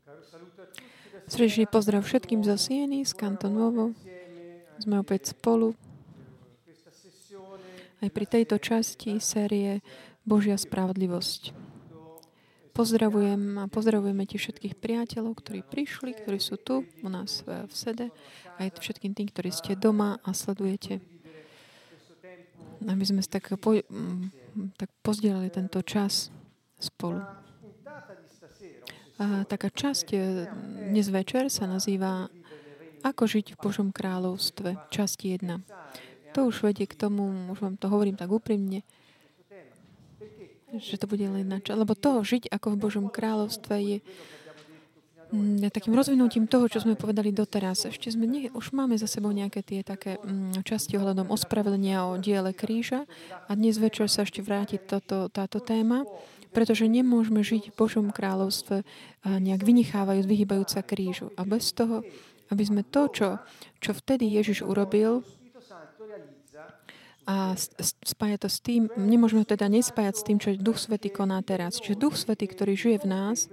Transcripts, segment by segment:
Srdečný pozdrav všetkým zo Sieny, z Canton Sme opäť spolu aj pri tejto časti série Božia spravodlivosť. Pozdravujem a pozdravujeme ti všetkých priateľov, ktorí prišli, ktorí sú tu u nás v sede, aj všetkým tým, ktorí ste doma a sledujete. Aby sme tak pozdielali tento čas spolu. A taká časť dnes večer sa nazýva Ako žiť v Božom kráľovstve, časť 1. To už vedie k tomu, už vám to hovorím tak úprimne, že to bude len na čas. Lebo to žiť ako v Božom kráľovstve je takým rozvinutím toho, čo sme povedali doteraz. Ešte už máme za sebou nejaké tie také časti ohľadom ospravedlenia o diele kríža a dnes večer sa ešte vráti táto téma, pretože nemôžeme žiť v Božom kráľovstve nejak vyhýbajúc sa krížu. A bez toho, aby sme to, čo vtedy Ježiš urobil, a spája to s tým, nemôžeme teda nespájať s tým, čo Duch Svätý koná teraz. Čiže Duch Svätý, ktorý žije v nás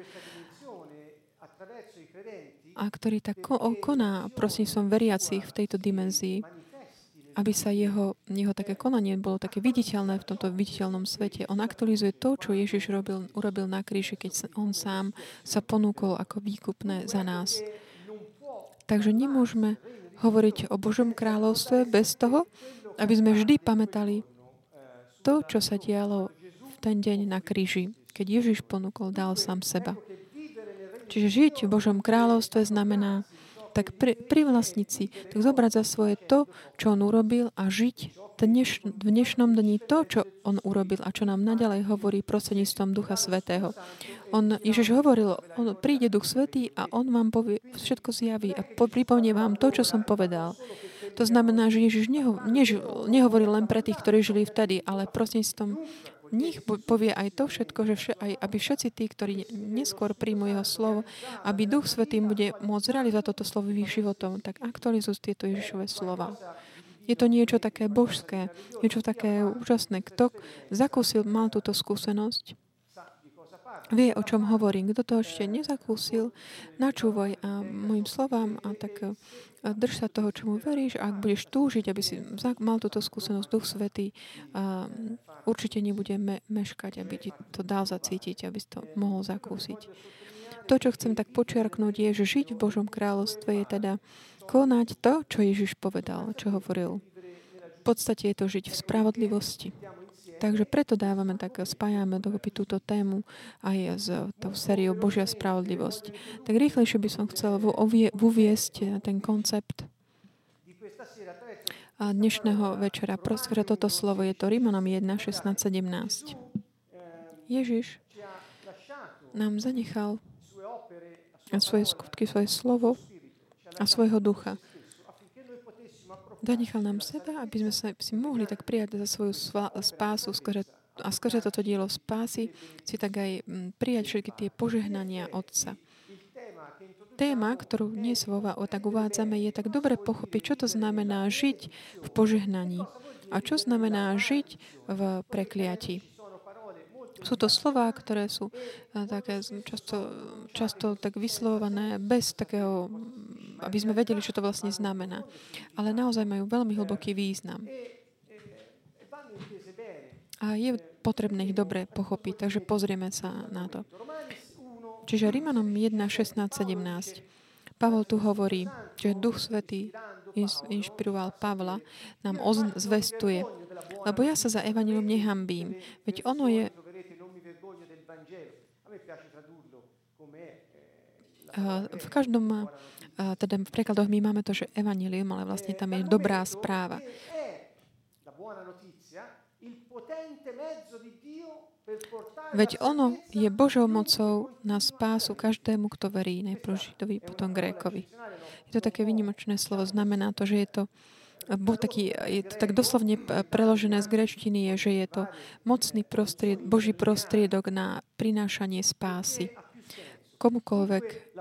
a ktorý tak koná prostredníctvom veriacich v tejto dimenzii, aby sa jeho také konanie bolo také viditeľné v tomto viditeľnom svete. On aktualizuje to, čo Ježiš urobil na kríži, keď on sám sa ponúkol ako výkupné za nás. Takže nemôžeme hovoriť o Božom kráľovstve bez toho, aby sme vždy pamätali to, čo sa dialo v ten deň na kríži, keď Ježiš ponúkol, dal sám seba. Čiže žiť v Božom kráľovstve znamená tak privlastniť si, tak zobrať za svoje to, čo on urobil a žiť v dnešnom dni to, čo on urobil a čo nám naďalej hovorí prostredníctvom Ducha Svätého. Ježiš hovoril, on príde Duch Svätý a on vám povie, všetko zjaví a pripomnie vám to, čo som povedal. To znamená, že Ježiš nehovoril len pre tých, ktorí žili vtedy, ale prostredníctvom nich povie aj to všetko, že aby všetci tí, ktorí neskôr príjmu jeho slovo, aby Duch Svätý bude môcť realizovať toto slovo v ich životom, tak aktualizujú tieto Ježišové slova. Je to niečo také božské, niečo také úžasné. Kto mal túto skúsenosť, vie, o čom hovorím. Kto to ešte nezakúsil, načúvaj a mojim slovám a tak drž sa toho, čomu veríš. A ak budeš túžiť, aby si mal túto skúsenosť, Duch Svätý určite nebude meškať, aby ti to dal zacítiť, aby si to mohol zakúsiť. To, čo chcem tak počiarknúť, je, že žiť v Božom kráľovstve je teda konať to, čo Ježiš povedal, čo hovoril. V podstate je to žiť v spravodlivosti. Takže preto spájame dokopy túto tému aj s tou sériou Božia spravodlivosť. Tak rýchlejšie by som chcel uviesť ten koncept dnešného večera. Prosím, toto slovo je to Rímanom 1, 16, 17. Ježiš nám zanechal svoje skutky, svoje slovo a svojho ducha. Zanechal nám seba, aby sme si mohli tak prijať za svoju spásu a skrze toto dielo spásy si tak aj prijať všetky tie požehnania Otca. Téma, ktorú dnes tak uvádzame, je tak dobre pochopiť, čo to znamená žiť v požehnaní a čo znamená žiť v prekliatí. Sú to slová, ktoré sú také často tak vyslovované bez takého, aby sme vedeli, čo to vlastne znamená. Ale naozaj majú veľmi hlboký význam. A je potrebné ich dobre pochopiť, takže pozrieme sa na to. Čiže Rímanom 1, 16, 17. Pavol tu hovorí, že Duch Svätý inšpiroval Pavla, nám zvestuje. Lebo ja sa za evanjelium nehanbím, veď ono je v každom, teda v prekladoch my máme to, že evanjelium, ale vlastne tam je dobrá správa. Veď ono je Božou mocou na spásu každému, kto verí, najprv Židovi, potom Grékovi. Je to také výnimočné slovo, znamená to, že je to tak doslovne preložené z gréčtiny, je, že je to mocný Boží prostriedok na prinášanie spásy. Komukoľvek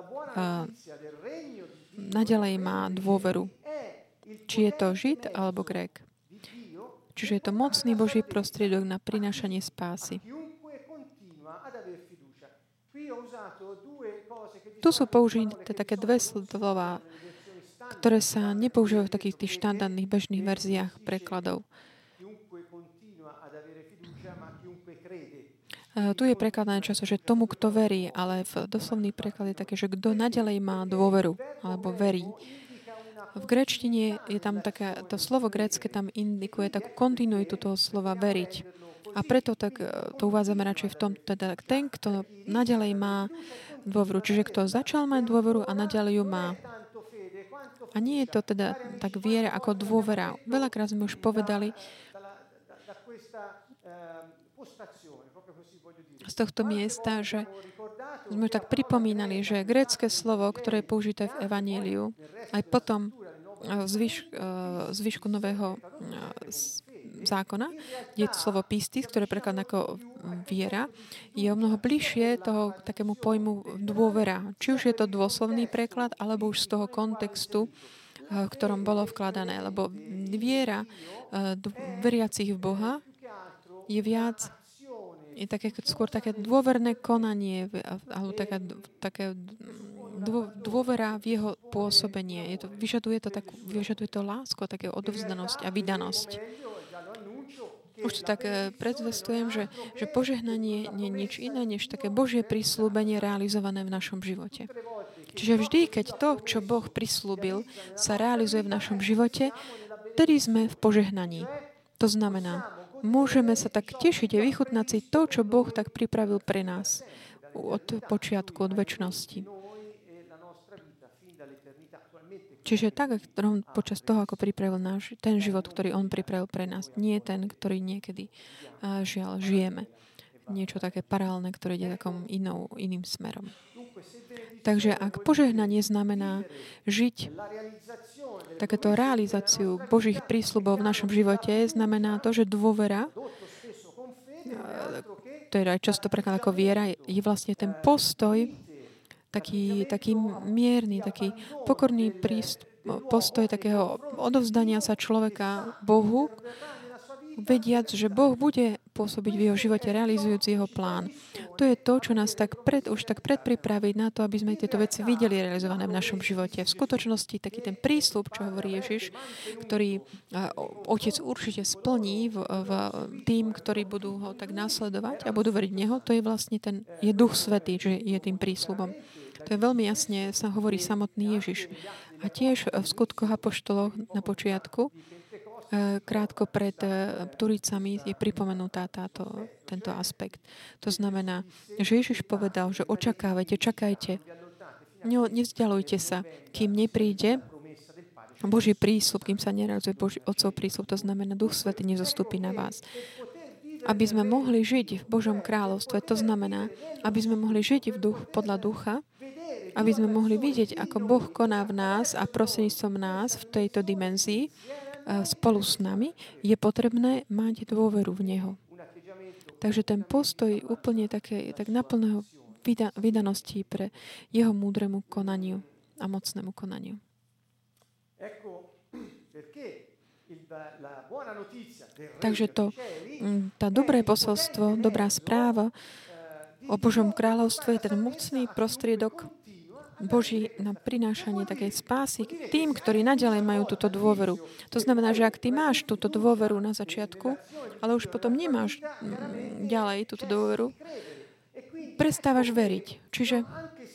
naďalej má dôveru. Či je to Žid alebo Grék. Čiže je to mocný Boží prostriedok na prinášanie spásy. tu sú použité také dve slova, ktoré sa nepoužívajú v takých tých štandardných bežných verziách prekladov. Tu je prekladané často, že tomu, kto verí, ale v doslovný preklad je také, že kto naďalej má dôveru alebo verí. V gréčtine je tam také, to slovo grécke tam indikuje takú kontinuitu toho slova veriť. A preto tak to uvádzame radšej v tom, teda ten, kto naďalej má dôveru. Čiže kto začal mať dôveru a naďalej ju má. A nie je to teda tak viera ako dôvera. Veľakrát sme už povedali z tohto miesta, že sme tak pripomínali, že grécke slovo, ktoré je použité v Evanjeliu, aj potom zvyšku nového zákona, je to slovo pistis, ktoré prekladá ako viera, je o mnoho bližšie toho takému pojmu dôvera. Či už je to dôslovný preklad, alebo už z toho kontextu, v ktorom bolo vkladané. Lebo viera veriacich v Boha je viac, je skôr také dôverné konanie, alebo také dôvera v jeho pôsobenie. Vyžaduje to lásku, také odovzdanosť a vydanosť. Už to tak predzvestujem, že požehnanie nie je nič iné, než také Božie prislúbenie realizované v našom živote. Čiže vždy, keď to, čo Boh prislúbil, sa realizuje v našom živote, vtedy sme v požehnaní. To znamená, môžeme sa tak tešiť a vychutnať si to, čo Boh tak pripravil pre nás od počiatku, od večnosti. Čiže tak, počas toho, ako pripravil ten život, ktorý on pripravil pre nás, nie ten, ktorý niekedy žiaľ žijeme. Niečo také paralelné, ktoré ide takom iným smerom. Takže ak požehnanie znamená žiť takéto realizáciu Božích prísľubov v našom živote, znamená to, že dôvera, to je aj často preklad ako viera, je vlastne ten postoj, taký mierny, taký pokorný postoj takého odovzdania sa človeka Bohu, vediac, že Boh bude pôsobiť v jeho živote, realizujúc jeho plán. To je to, čo nás už predpripraví na to, aby sme tieto veci videli realizované v našom živote. V skutočnosti taký ten prísľub, čo hovorí Ježiš, ktorý Otec určite splní v tým, ktorí budú ho tak nasledovať a budú veriť v neho, to je vlastne je Duch Svätý, že je tým prísľubom. To je veľmi jasne, sa hovorí samotný Ježiš. A tiež v skutkoch apoštolov na počiatku, krátko pred Turicami je pripomenutá tento aspekt. To znamená, že Ježiš povedal, že očakávajte, čakajte, nevzdialujte sa, kým nepríde Boží prísľub, kým sa nerealizuje Otcov prísľub, to znamená, Duch Svätý nezostúpi na vás. Aby sme mohli žiť v Božom kráľovstve, to znamená, aby sme mohli žiť podľa ducha, aby sme mohli vidieť, ako Boh koná v nás a prostredníctvom nás v tejto dimenzii spolu s nami, je potrebné mať dôveru v Neho. Takže ten postoj úplne tak naplného vydanosti pre Jeho múdremu konaniu a mocnému konaniu. Takže tá dobré posolstvo, dobrá správa o Božom kráľovstve je ten mocný prostriedok Boží na prinášanie takej spásy k tým, ktorí naďalej majú túto dôveru. To znamená, že ak ty máš túto dôveru na začiatku, ale už potom nemáš ďalej túto dôveru, prestávaš veriť. Čiže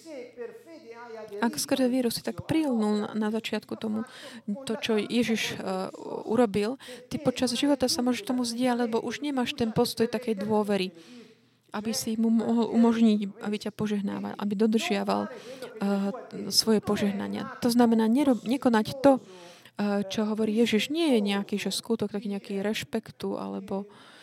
ak skrze vieru si tak prilnul na začiatku to, čo Ježiš urobil, ty počas života sa môžeš tomu zdiať, lebo už nemáš ten postoj takej dôvery, aby si mu mohol umožniť, aby ťa požehnával, aby dodržiaval svoje požehnania. To znamená nekonať to, čo hovorí Ježiš, nie je nejaký skutok, taký nejaký rešpektu alebo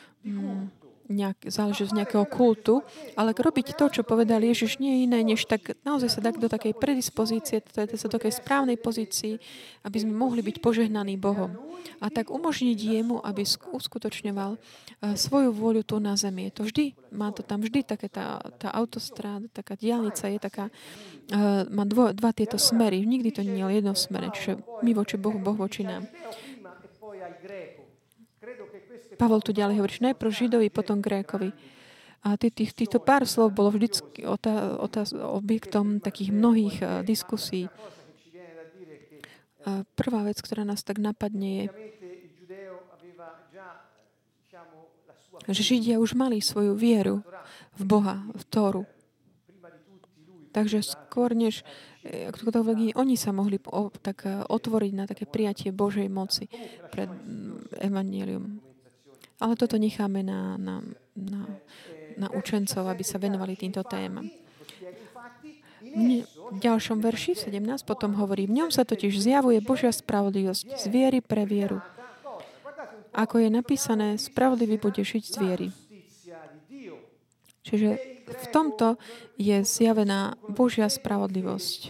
záleží z nejakého kultu, ale robiť to, čo povedal Ježiš, nie je iné, než tak naozaj sa dať do takej predispozície, do takej správnej pozícii, aby sme mohli byť požehnaní Bohom. A tak umožniť jemu, aby uskutočňoval svoju vôľu tu na zemi. Má to tam vždy také tá autostráda, taká diaľnica je taká, má dva tieto smery. Nikdy to nie je jednosmerné, čiže my voči Bohu, Boh voči nám. Pavol tu ďalej hovorí, že najprv Židovi, potom Grékovi. A týchto pár slov bolo vždycky objektom takých mnohých diskusí. A prvá vec, ktorá nás tak napadne, je, že Židia už mali svoju vieru v Boha, v Tóru. Takže skôr než oni sa mohli tak otvoriť na také prijatie Božej moci pred evanjelium. Ale toto necháme na učencov, aby sa venovali týmto témam. V ďalšom verši 17 potom hovorí, v ňom sa totiž zjavuje Božia spravodlivosť z viery pre vieru. Ako je napísané, spravodlivý bude žiť z viery. Čiže v tomto je zjavená Božia spravodlivosť.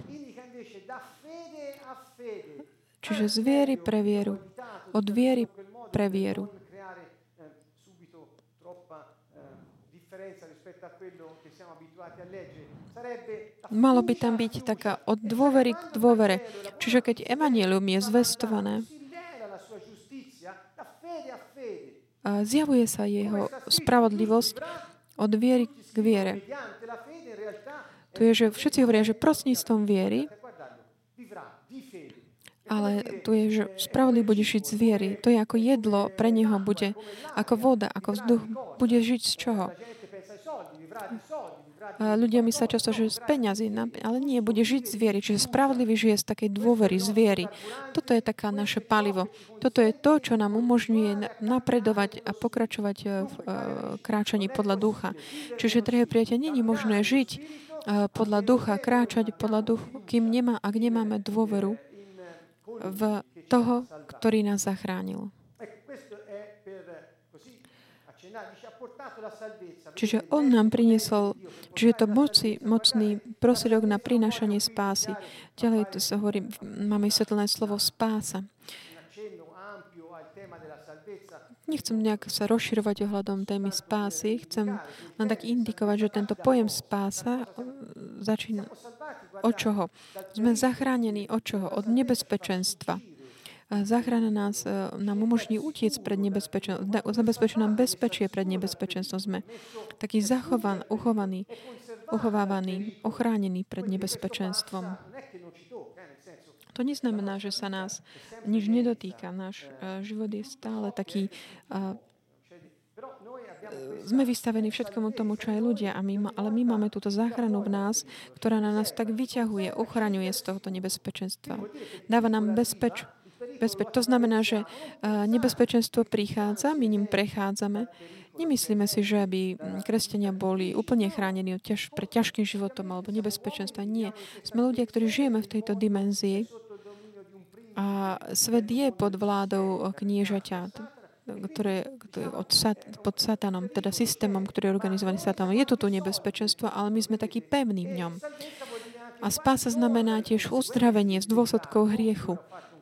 Čiže z viery pre vieru. Od viery pre vieru. Malo by tam byť taká od dôvery k dôvere. Čiže keď evanjelium je zvestované, zjavuje sa jeho spravodlivosť od viery k viere. To je, že všetci hovoria, že prostredníctvom viery, ale tu je, že spravodlivý bude žiť z viery. To je ako jedlo, pre neho bude ako voda, ako vzduch. Bude žiť z čoho? Ľudia myslia často, že z peňazí, ale nie, bude žiť z viery. Čiže spravodlivý žije z takej dôvery, z viery. Toto je taká naše palivo. Toto je to, čo nám umožňuje napredovať a pokračovať v kráčaní podľa ducha. Čiže, drahé priateľe, nie je možné žiť podľa ducha, kráčať podľa ducha, ak nemáme dôveru v toho, ktorý nás zachránil. Čiže on nám priniesol, čiže je to mocný prostriedok na prinášanie spásy. Ďalej tu sa hovorí, máme vysvetlené slovo spása. Nechcem nejak sa rozširovať ohľadom témy spásy. Chcem len tak indikovať, že tento pojem spása začína od čoho? Sme zachránení od čoho? Od nebezpečenstva. Záchrana nám umožní utiec pred nebezpečenstvom. Zabezpečí nám bezpečie pred nebezpečenstvom. Sme taký uchovávaný, ochránený pred nebezpečenstvom. To neznamená, že sa nás nič nedotýka. Náš život je stále taký... Sme vystavení všetkomu tomu, čo aj ľudia, ale my máme túto záchranu v nás, ktorá na nás tak vyťahuje, ochraňuje z tohoto nebezpečenstva. Dáva nám bezpečie. To znamená, že nebezpečenstvo prichádza, my ním prechádzame. Nemyslíme si, že aby kresťania boli úplne chránení pred ťažkým životom alebo nebezpečenstva. Nie. Sme ľudia, ktorí žijeme v tejto dimenzii a svet je pod vládou kniežaťa, ktoré pod satanom, teda systémom, ktorý je organizovaný satanom. Je to tu nebezpečenstvo, ale my sme takí pevní v ňom. A spása znamená tiež uzdravenie z dôsledkov hriechu.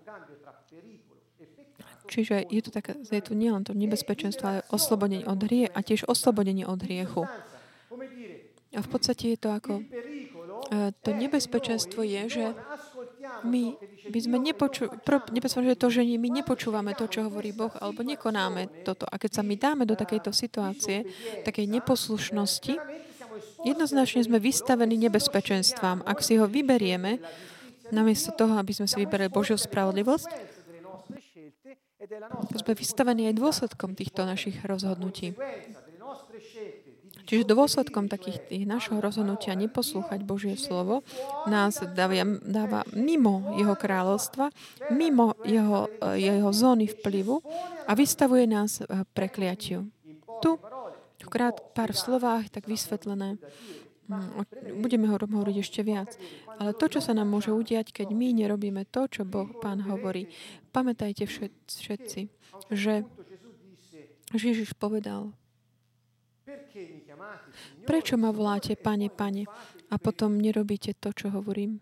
Čiže je tu nielen to nebezpečenstvo, ale oslobodenie od hriechu a tiež oslobodenie od hriechu. A v podstate je to ako... To nebezpečenstvo je, že my by sme nebezpečenstvo je to, že my nepočúvame to, čo hovorí Boh, alebo nekonáme toto. A keď sa my dáme do takejto situácie, takej neposlušnosti, jednoznačne sme vystavení nebezpečenstvám. Ak si ho vyberieme, namiesto toho, aby sme si vyberali Božiu spravodlivosť, sme vystavení aj dôsledkom týchto našich rozhodnutí. Čiže dôsledkom takých našho rozhodnutia neposlúchať Božie slovo nás dáva mimo jeho kráľovstva, mimo jeho zóny vplyvu a vystavuje nás prekliatiu. Tu pár v slovách tak vysvetlené. Budeme hovoriť ešte viac. Ale to, čo sa nám môže udiať, keď my nerobíme to, čo Pán hovorí. Pamätajte všetci, že Ježiš povedal, prečo ma voláte, Pane, Pane, a potom nerobíte to, čo hovorím?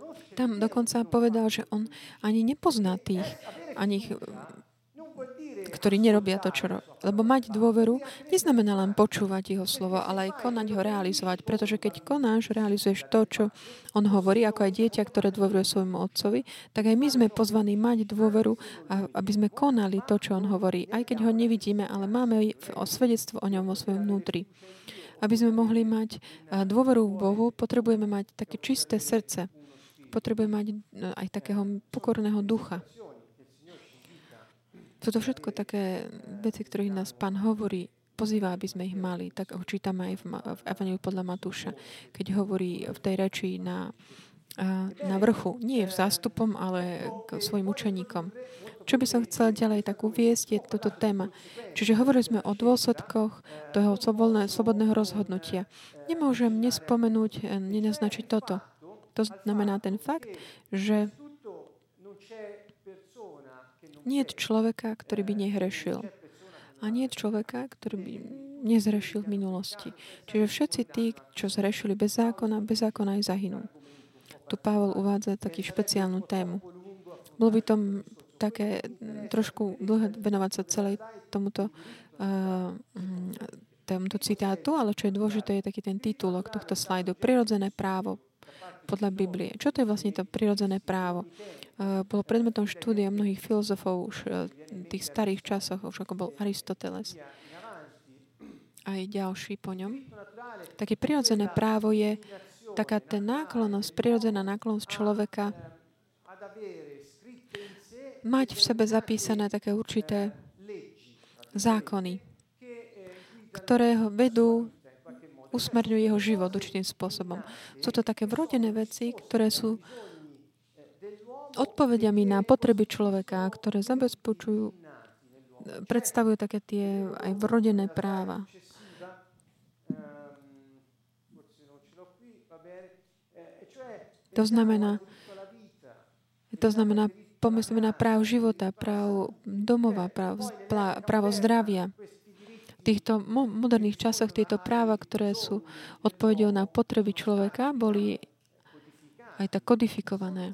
Tam dokonca povedal, že on ani nepozná tých, ktorí nerobia to, čo robia. Lebo mať dôveru neznamená len počúvať jeho slovo, ale aj konať ho, realizovať. Pretože keď konáš, realizuješ to, čo on hovorí, ako aj dieťa, ktoré dôveruje svojmu otcovi, tak aj my sme pozvaní mať dôveru, aby sme konali to, čo on hovorí. Aj keď ho nevidíme, ale máme svedectvo o ňom vo svojom vnútri. Aby sme mohli mať dôveru v Bohu, potrebujeme mať také čisté srdce. Potrebujeme mať aj takého pokorného ducha. Sú to všetko také veci, ktorých nás Pán hovorí, pozýva, aby sme ich mali. Tak ho čítame aj v Evangeliu podľa Matúša, keď hovorí v tej reči na vrchu. Nie v zástupom, ale k svojim učeníkom. Čo by som chcel ďalej tak uviesť, je toto téma. Čiže hovorili sme o dôsledkoch toho slobodného rozhodnutia. Nemôžem nespomenúť, nenaznačiť toto. To znamená ten fakt, že nie je človeka, ktorý by nehrešil. A nie je človeka, ktorý by nezhrešil v minulosti. Čiže všetci tí, čo zhrešili bez zákona aj zahynú. Tu Pavol uvádza takú špeciálnu tému. Bolo by to také trošku dlhé venovať sa celej tomuto citátu, ale čo je dôležité, je taký ten titulok tohto slajdu. Prirodzené právo podľa Biblie. Čo to je vlastne to prirodzené právo? Bolo predmetom štúdia mnohých filozofov už v tých starých časoch, už ako bol Aristoteles. Aj ďalší po ňom. Také prirodzené právo je taká tá náklonnosť, prirodzená náklonnosť človeka mať v sebe zapísané také určité zákony, ktoré ho vedú, usmerňujú jeho život určitým spôsobom. Sú to také vrodené veci, ktoré sú odpovediami na potreby človeka, ktoré zabezpečujú, predstavujú také tie aj vrodené práva. To znamená pomyslíme na práv života, práv domova, právo zdravia. V týchto moderných časoch tieto práva, ktoré sú odpoveďou na potreby človeka, boli aj tak kodifikované.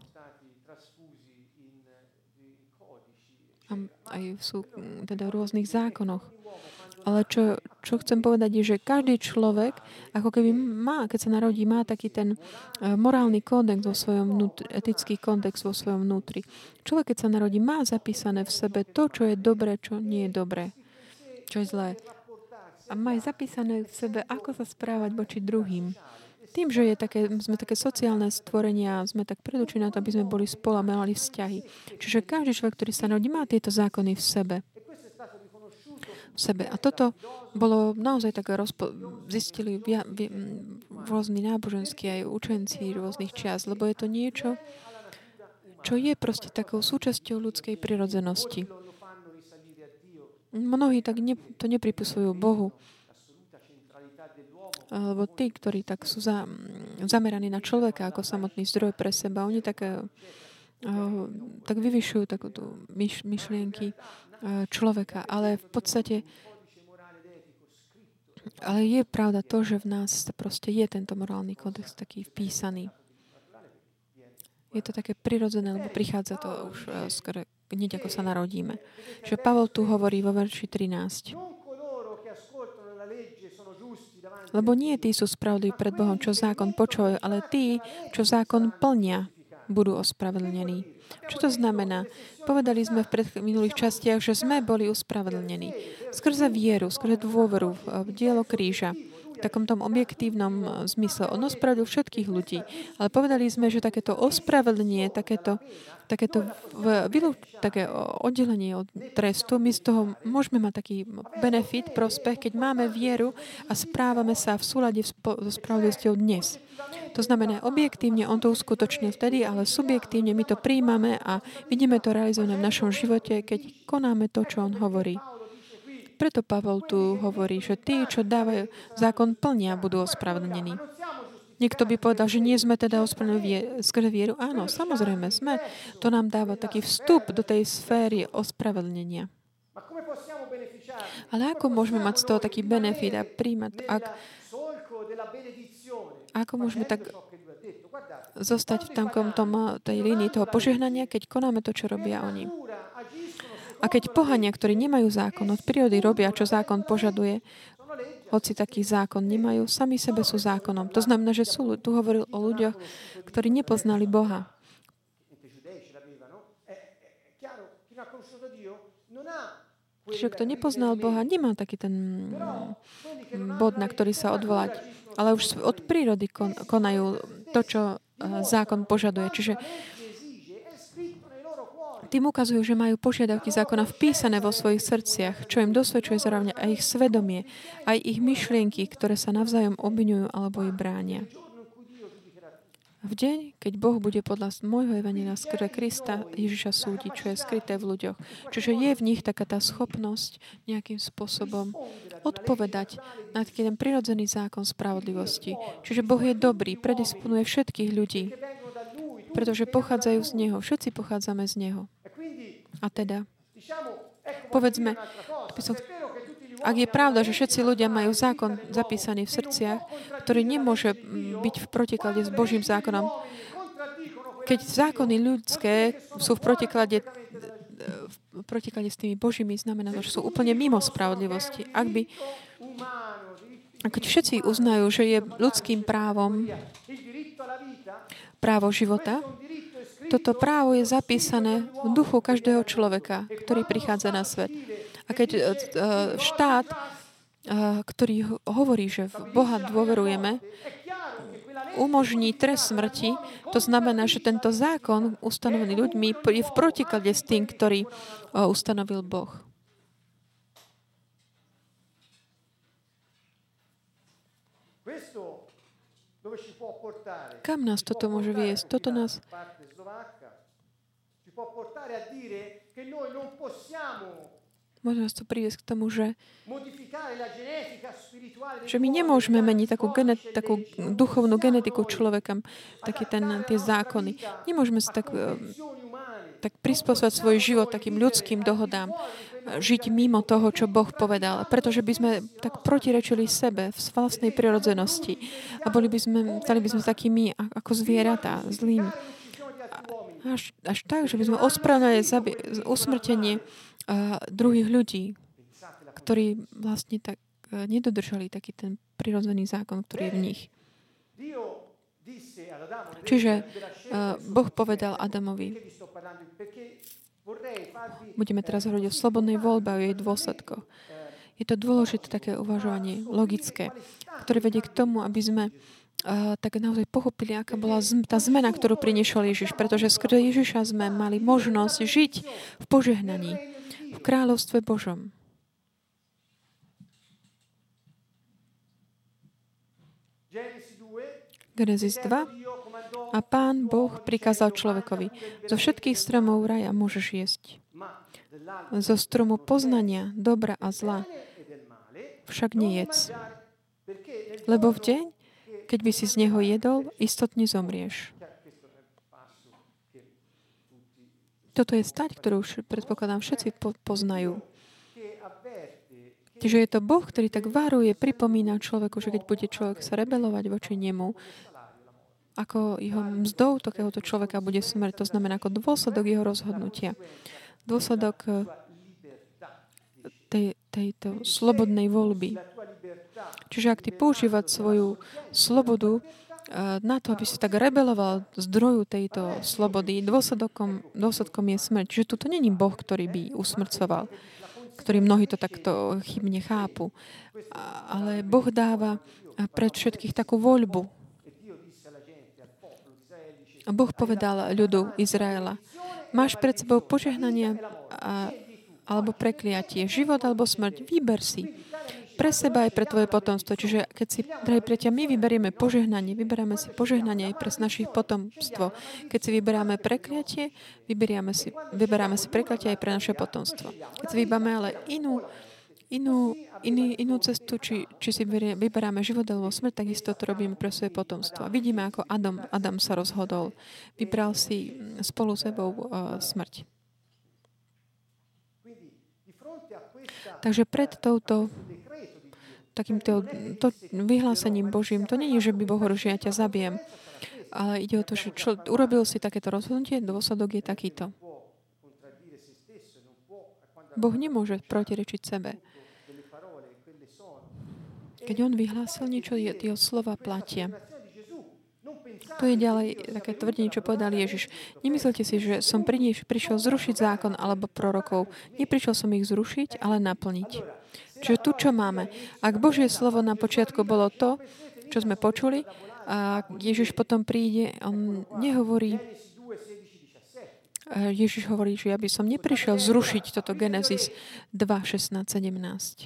Aj sú teda v rôznych zákonoch. Ale čo chcem povedať je, že každý človek, ako keby má, keď sa narodí, má taký ten morálny kódex vo svojom vnútri, etický kódex vo svojom vnútri. Človek, keď sa narodí, má zapísané v sebe to, čo je dobré, čo nie je dobré, čo je zlé. A má zapísané v sebe, ako sa správať voči druhým. Tým, že sme také sociálne stvorenia, sme tak predurčení na to, aby sme boli spolu a mali vzťahy. Čiže každý človek, ktorý sa narodí, má tieto zákony v sebe. A toto bolo naozaj také zistili rôzni náboženskí aj učenci rôznych čias, lebo je to niečo, čo je proste takou súčasťou ľudskej prirodzenosti. Mnohí tak to nepripisujú Bohu, lebo tí, ktorí tak sú zameraní na človeka ako samotný zdroj pre seba, oni tak vyvyšujú takúto myšlienky človeka, ale v podstate je pravda to, že v nás proste je tento morálny kódex taký vpísaný. Je to také prirodzené, lebo prichádza to už skoro hneď, ako sa narodíme. Že Pavol tu hovorí vo verši 13. Lebo nie tí sú spravodliví pred Bohom, čo zákon počúvajú, ale tí, čo zákon plnia, budú ospravedlnení. Čo to znamená? Povedali sme v minulých častiach, že sme boli uspravedlnení. Skrze vieru, skrze dôveru v dielo kríža. V takom tom objektívnom zmysle. On ospravedlil všetkých ľudí. Ale povedali sme, že takéto ospravedlenie, takéto také oddelenie od trestu, my z toho môžeme mať taký benefit, prospech, keď máme vieru a správame sa v súlade so spravodlivosťou dnes. To znamená, objektívne on to uskutočnil vtedy, ale subjektívne my to príjmame a vidíme to realizované v našom živote, keď konáme to, čo on hovorí. Preto Pavol tu hovorí, že tí, čo dávajú zákon plnia, budú ospravedlnení. Niekto by povedal, že nie sme teda ospravedlnení skrze vieru. Áno, samozrejme sme. To nám dáva taký vstup do tej sféry ospravedlnenia. Ale ako môžeme mať z toho taký benefit a príjmať, ako môžeme tak zostať v tej línii toho požehnania, keď konáme to, čo robia oni. A keď pohania, ktorí nemajú zákon, od prírody robia, čo zákon požaduje, hoci taký zákon nemajú, sami sebe sú zákonom. To znamená, že tu hovoril o ľuďoch, ktorí nepoznali Boha. Čiže kto nepoznal Boha, nemá taký ten bod, na ktorý sa odvolať. Ale už od prírody konajú to, čo zákon požaduje. Čiže tým ukazujú, že majú požiadavky zákona vpísané vo svojich srdciach, čo im dosvedčuje zároveň aj ich svedomie, aj ich myšlienky, ktoré sa navzájom obviňujú alebo ich bránia. V deň, keď Boh bude podľa môjho evanjelia skrze Krista Ježiša súdiť, čo je skryté v ľuďoch. Čiže je v nich taká tá schopnosť nejakým spôsobom odpovedať na taký ten prirodzený zákon spravodlivosti. Čiže Boh je dobrý, predisponuje všetkých ľudí, pretože pochádzajú z Neho. Všetci pochádzame z Neho. A teda, povedzme, ak je pravda, že všetci ľudia majú zákon zapísaný v srdciach, ktorý nemôže byť v protiklade s Božím zákonom, keď zákony ľudské sú v protiklade s tými Božími, znamená to, že sú úplne mimo spravodlivosti. Keď všetci uznajú, že je ľudským právom právo života, toto právo je zapísané v duchu každého človeka, ktorý prichádza na svet. A keď štát, ktorý hovorí, že v Boha dôverujeme, umožní trest smrti, to znamená, že tento zákon ustanovený ľuďmi je v protiklade s tým, ktorý ustanovil Boh. Kam nás toto môže viesť? Toto nás môže nás to priviesť k tomu, že my nemôžeme meniť takú duchovnú genetiku človeka, tie zákony. Nemôžeme sa tak prispôsobiť svoj život takým ľudským dohodám, žiť mimo toho, čo Boh povedal. Pretože by sme tak protirečili sebe v vlastnej prirodzenosti a stali by sme takými ako zvieratá, zlými. Až tak, že by sme ospravedlnili usmrtenie druhých ľudí, ktorí vlastne tak nedodržali taký ten prirodzený zákon, ktorý je v nich. Čiže Boh povedal Adamovi, budeme teraz hovoriť o slobodnej voľbe a o jej dôsledkoch. Je to dôležité také uvažovanie, logické, ktoré vedie k tomu, aby sme tak naozaj pochopili, aká bola tá zmena, ktorú priniesol Ježiš. Pretože skrze Ježiša sme mali možnosť žiť v požehnaní, v kráľovstve Božom. Genesis 2. A Pán Boh prikázal človekovi, zo všetkých stromov raja môžeš jesť. Zo stromu poznania dobra a zla však nejedz. Lebo v deň, keď by si z neho jedol, istotne zomrieš. Toto je stať, ktorú už predpokladám všetci poznajú. Čiže je to Boh, ktorý tak varuje, pripomína človeku, že keď bude človek sa rebelovať voči nemu, ako jeho mzdou takéhoto človeka bude smrť. To znamená ako dôsledok jeho rozhodnutia. Dôsledok tejto slobodnej voľby. Čiže ak ty používať svoju slobodu na to, aby si tak rebeloval zdroju tejto slobody, dôsledkom je smrť. Čiže tu to není Boh, ktorý by usmrcoval, ktorý mnohí to takto chybne chápu. Ale Boh dáva pred všetkých takú voľbu. A Boh povedal ľudu Izraela, máš pred sebou požehnanie alebo prekliatie, život alebo smrť, vyber si. Pre seba aj pre tvoje potomstvo. Čiže keď si, drahí priatelia, my vyberieme požehnanie, vyberáme si požehnanie aj pre našich potomstvo. Keď si vyberáme prekliatie, vyberáme si prekliatie aj pre naše potomstvo. Keď si vyberáme ale inú cestu, či si vyberáme život alebo smrť, takisto to robíme pre svoje potomstvo. A vidíme, ako Adam sa rozhodol. Vybral si spolu s sebou smrť. Takže pred takýmto vyhlásením Božím, to nie je, že by Boh hovoril, že ja ťa zabijem, ale ide o to, že urobil si takéto rozhodnutie, dôsledok je takýto. Boh nemôže protirečiť sebe. Keď on vyhlásil niečo, jeho slova platia. Tu je ďalej také tvrdenie, čo povedal Ježiš. Nemyslite si, že som prišiel zrušiť zákon alebo prorokov. Neprišiel som ich zrušiť, ale naplniť. Čiže tu, čo máme? Ak Božie slovo na počiatku bolo to, čo sme počuli, a Ježiš potom príde, on nehovorí, Ježiš hovorí, že ja by som neprišiel zrušiť toto Genesis 2, 16, 17.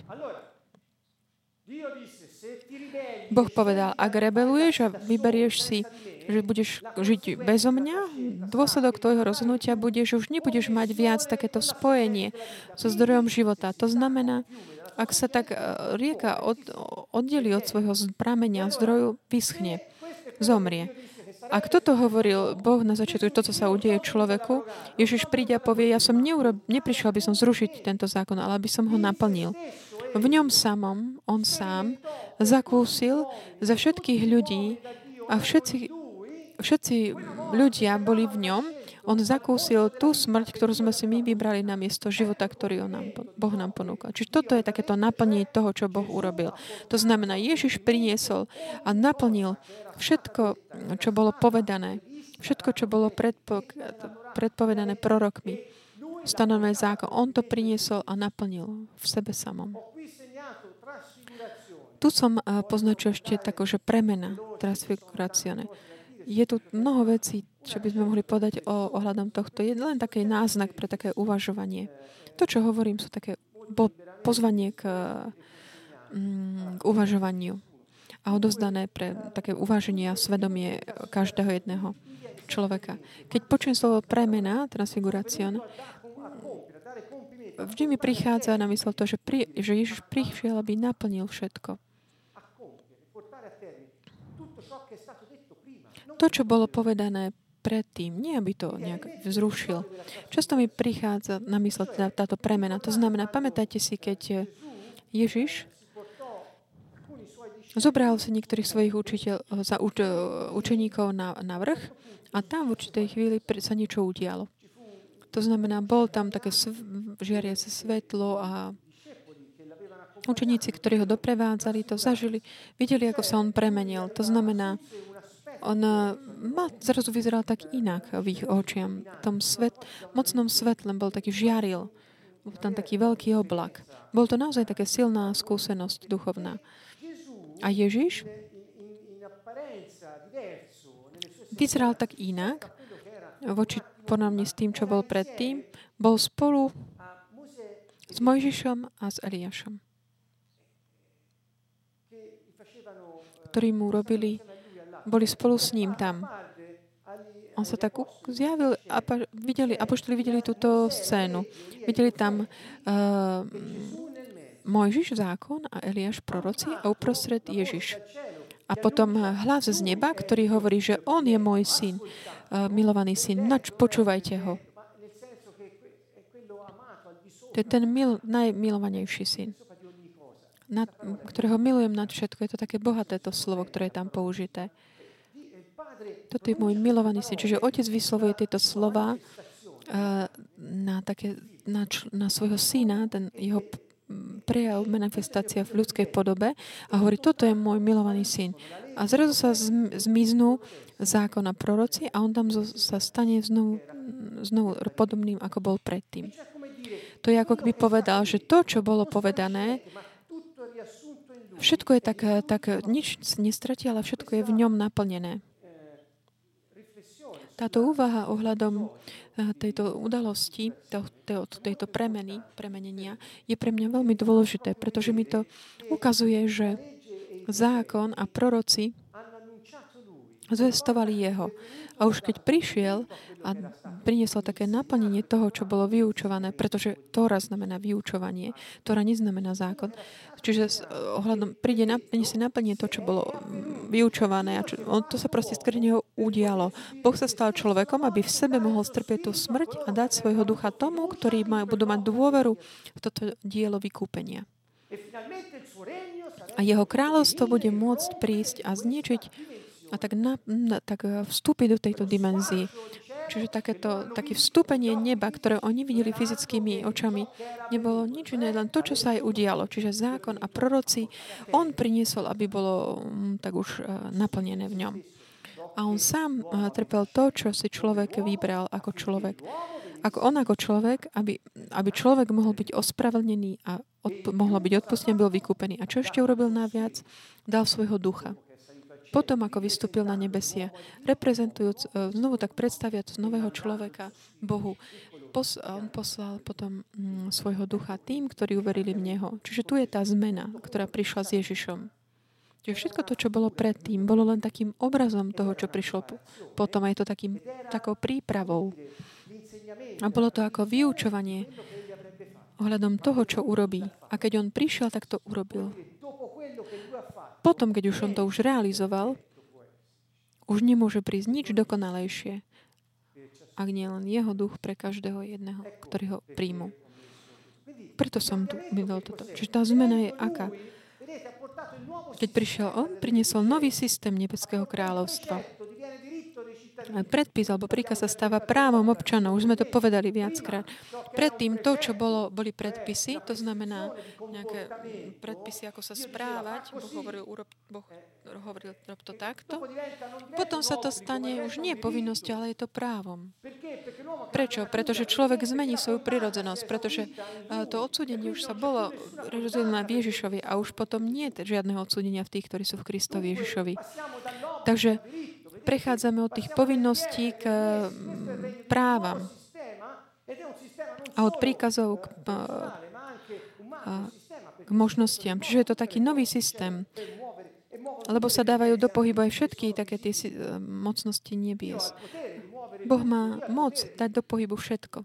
Boh povedal, ak rebeluješ a vyberieš si, že budeš žiť bezo mňa, dôsledok tvojho rozhodnutia bude, že už nebudeš mať viac takéto spojenie so zdrojom života. To znamená, ak sa tak rieka oddelí od svojho pramenia zdroju, vyschne, zomrie. Ak toto hovoril Boh na začiatku, toto sa udeje človeku, Ježiš príde a povie, ja som neprišiel, aby som zrušiť tento zákon, ale aby som ho naplnil. V ňom samom, on sám, zakúsil za všetkých ľudí a všetci ľudia boli v ňom. On zakúsil tú smrť, ktorú sme si my vybrali na miesto života, ktorý Boh nám ponúkal. Čiže toto je takéto naplnenie toho, čo Boh urobil. To znamená, Ježiš priniesol a naplnil všetko, čo bolo povedané. Všetko, čo bolo predpovedané prorokmi. Stanovený zákon. On to priniesol a naplnil v sebe samom. Tu som poznačil ešte tako, že premena, transfigurácione. Je tu mnoho vecí, čo by sme mohli povedať ohľadom tohto. Je len taký náznak pre také uvažovanie. To, čo hovorím, sú také pozvanie k uvažovaniu a odovzdané pre také uváženie a svedomie každého jedného človeka. Keď počujem slovo premena, transfigurácion, vždy mi prichádza na mysel to, že Ježiš prišiel, aby naplnil všetko. To, čo bolo povedané predtým, nie aby to nejak vzrušil. Často mi prichádza na mysel táto premena. To znamená, pamätajte si, keď Ježiš zobral si niektorých svojich učeníkov na vrch a tam v určitej chvíli sa niečo udialo. To znamená, bol tam také žiariace svetlo a učeníci, ktorí ho doprevádzali, to zažili, videli, ako sa on premenil. To znamená, on zrazu vyzeral tak inak v ich očiam. V tom mocnom svetle bol taký žiaril. Bol tam taký veľký oblak. Bol to naozaj taká silná skúsenosť duchovná. A Ježiš vyzeral tak inak voči porovnaní s tým, čo bol predtým. Bol spolu s Mojžišom a s Eliášom, ktorí mu boli spolu s ním tam. On sa tak zjavil a apoštoli videli túto scénu. Videli tam Mojžiš, zákon a Eliáš, proroci a uprostred Ježiš. A potom hlas z neba, ktorý hovorí, že on je môj syn, milovaný syn. Počúvajte ho. To je ten najmilovanejší syn, ktorého milujem nad všetko. Je to také bohaté to slovo, ktoré je tam použité. Toto je môj milovaný syn. Čiže otec vyslovuje tieto slova na svojho syna, ten jeho prejav, manifestácia v ľudskej podobe a hovorí, toto je môj milovaný syn. A zrazu sa zmiznú zákon a proroci a on tam sa stane znovu podobným, ako bol predtým. To je ako keby povedal, že to, čo bolo povedané, všetko je tak nič nestratí, ale všetko je v ňom naplnené. Táto úvaha ohľadom tejto udalosti, tejto premenenia, je pre mňa veľmi dôležité, pretože mi to ukazuje, že zákon a proroci zvestovali jeho. A už keď prišiel a priniesol také naplnenie toho, čo bolo vyučované, pretože Tóra znamená vyučovanie, Tóra neznamená zákon. Čiže ohľadom priniesie naplnenie to, čo bolo vyučované. A to sa proste skrz neho udialo. Boh sa stal človekom, aby v sebe mohol strpieť tú smrť a dať svojho ducha tomu, ktorí budú mať dôveru v toto dielo vykúpenia. A jeho kráľovstvo bude môcť prísť a zničiť a tak vstúpiť do tejto dimenzie. Čiže také vstúpenie neba, ktoré oni videli fyzickými očami, nebolo nič iné, len to, čo sa aj udialo. Čiže zákon a proroci, on priniesol, aby bolo tak už naplnené v ňom. A on sám trpel to, čo si človek vybral ako človek. Ako človek, aby človek mohol byť ospravedlnený a mohlo byť odpustený, bol vykúpený. A čo ešte urobil naviac? Dal svojho ducha. Potom, ako vystúpil na nebesie, reprezentujúc, znovu tak predstaviac nového človeka Bohu, on poslal potom svojho ducha tým, ktorí uverili v Neho. Čiže tu je tá zmena, ktorá prišla s Ježišom. Čiže všetko to, čo bolo predtým, bolo len takým obrazom toho, čo prišlo potom. A je to takou prípravou. A bolo to ako vyučovanie ohľadom toho, čo urobí. A keď on prišiel, tak to urobil. Potom, keď už on to už realizoval, už nemôže prísť nič dokonalejšie, ak nie len jeho duch pre každého jedného, ktorý ho príjmu. Preto som tu vydal toto. Čiže tá zmena je aká? Keď prišiel on, priniesol nový systém nebeského kráľovstva. Predpis alebo príkaz sa stáva právom občanov. Už sme to povedali viackrát. Predtým to, čo boli predpisy, to znamená nejaké predpisy, ako sa správať. Boh hovoril, rob to takto. Potom sa to stane už nie povinnosťou, ale je to právom. Prečo? Pretože človek zmení svoju prirodzenosť. Pretože to odsúdenie už sa bolo rozdelené v Ježišovi a už potom nie je žiadneho odsúdenia v tých, ktorí sú v Kristovi Ježišovi. Takže prechádzame od tých povinností k právam a od príkazov k možnostiam. Čiže je to taký nový systém, lebo sa dávajú do pohybu aj všetky také tie mocnosti nebies. Boh má moc dať do pohybu všetko.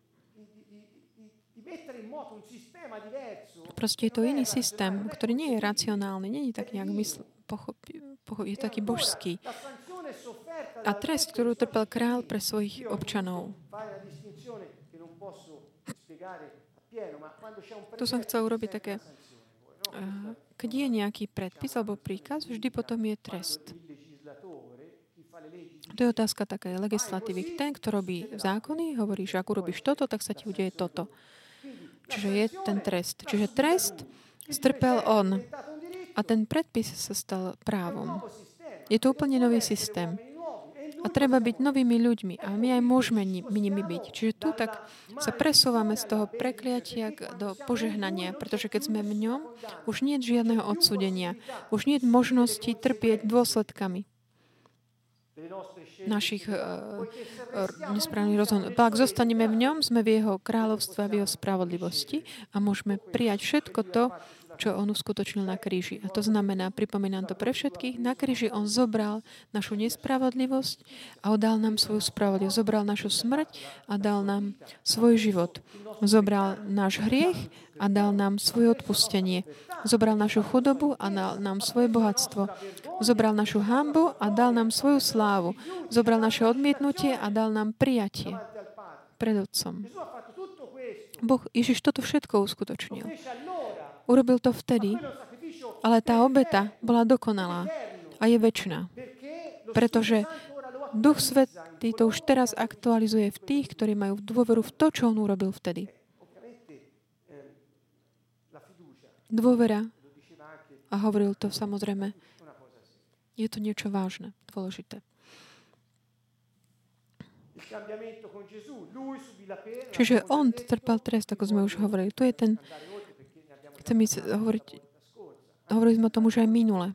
Proste je to iný systém, ktorý nie je racionálny, nie je tak nejak je taký božský. A trest, ktorú trpel král pre svojich občanov. Tu som chcel urobiť také, keď je nejaký predpis alebo príkaz, vždy potom je trest. To je otázka také legislatívy. Ten, kto robí zákony, hovorí, že ak urobíš toto, tak sa ti udeje toto. Čiže je ten trest. Čiže trest strpel on. A ten predpis sa stal právom. Je to úplne nový systém. A treba byť novými ľuďmi. A my aj môžeme nimi byť. Čiže tu tak sa presúvame z toho prekliatia do požehnania. Pretože keď sme v ňom, už nie je žiadneho odsúdenia. Už nie je možnosti trpieť dôsledkami našich nesprávnych rozhodnutí. Ak zostaneme v ňom, sme v jeho kráľovstve, v jeho spravodlivosti a môžeme prijať všetko to, čo on uskutočnil na kríži. A to znamená, pripomínam to pre všetkých, na kríži on zobral našu nespravodlivosť a dal nám svoju spravodlivosť. Zobral našu smrť a dal nám svoj život. Zobral náš hriech a dal nám svoje odpustenie. Zobral našu chudobu a dal nám svoje bohatstvo. Zobral našu hanbu a dal nám svoju slávu. Zobral naše odmietnutie a dal nám prijatie pred Otcom. Boh Ježiš toto všetko uskutočnil. Urobil to vtedy, ale tá obeta bola dokonalá a je večná. Pretože Duch Svätý to už teraz aktualizuje v tých, ktorí majú dôveru v to, čo on urobil vtedy. Dôvera, a hovoril to samozrejme, je to niečo vážne, dôležité. Čiže on trpel trest, ako sme už hovorili. Tu je ten. Chcem hovorili sme o tom už aj minule.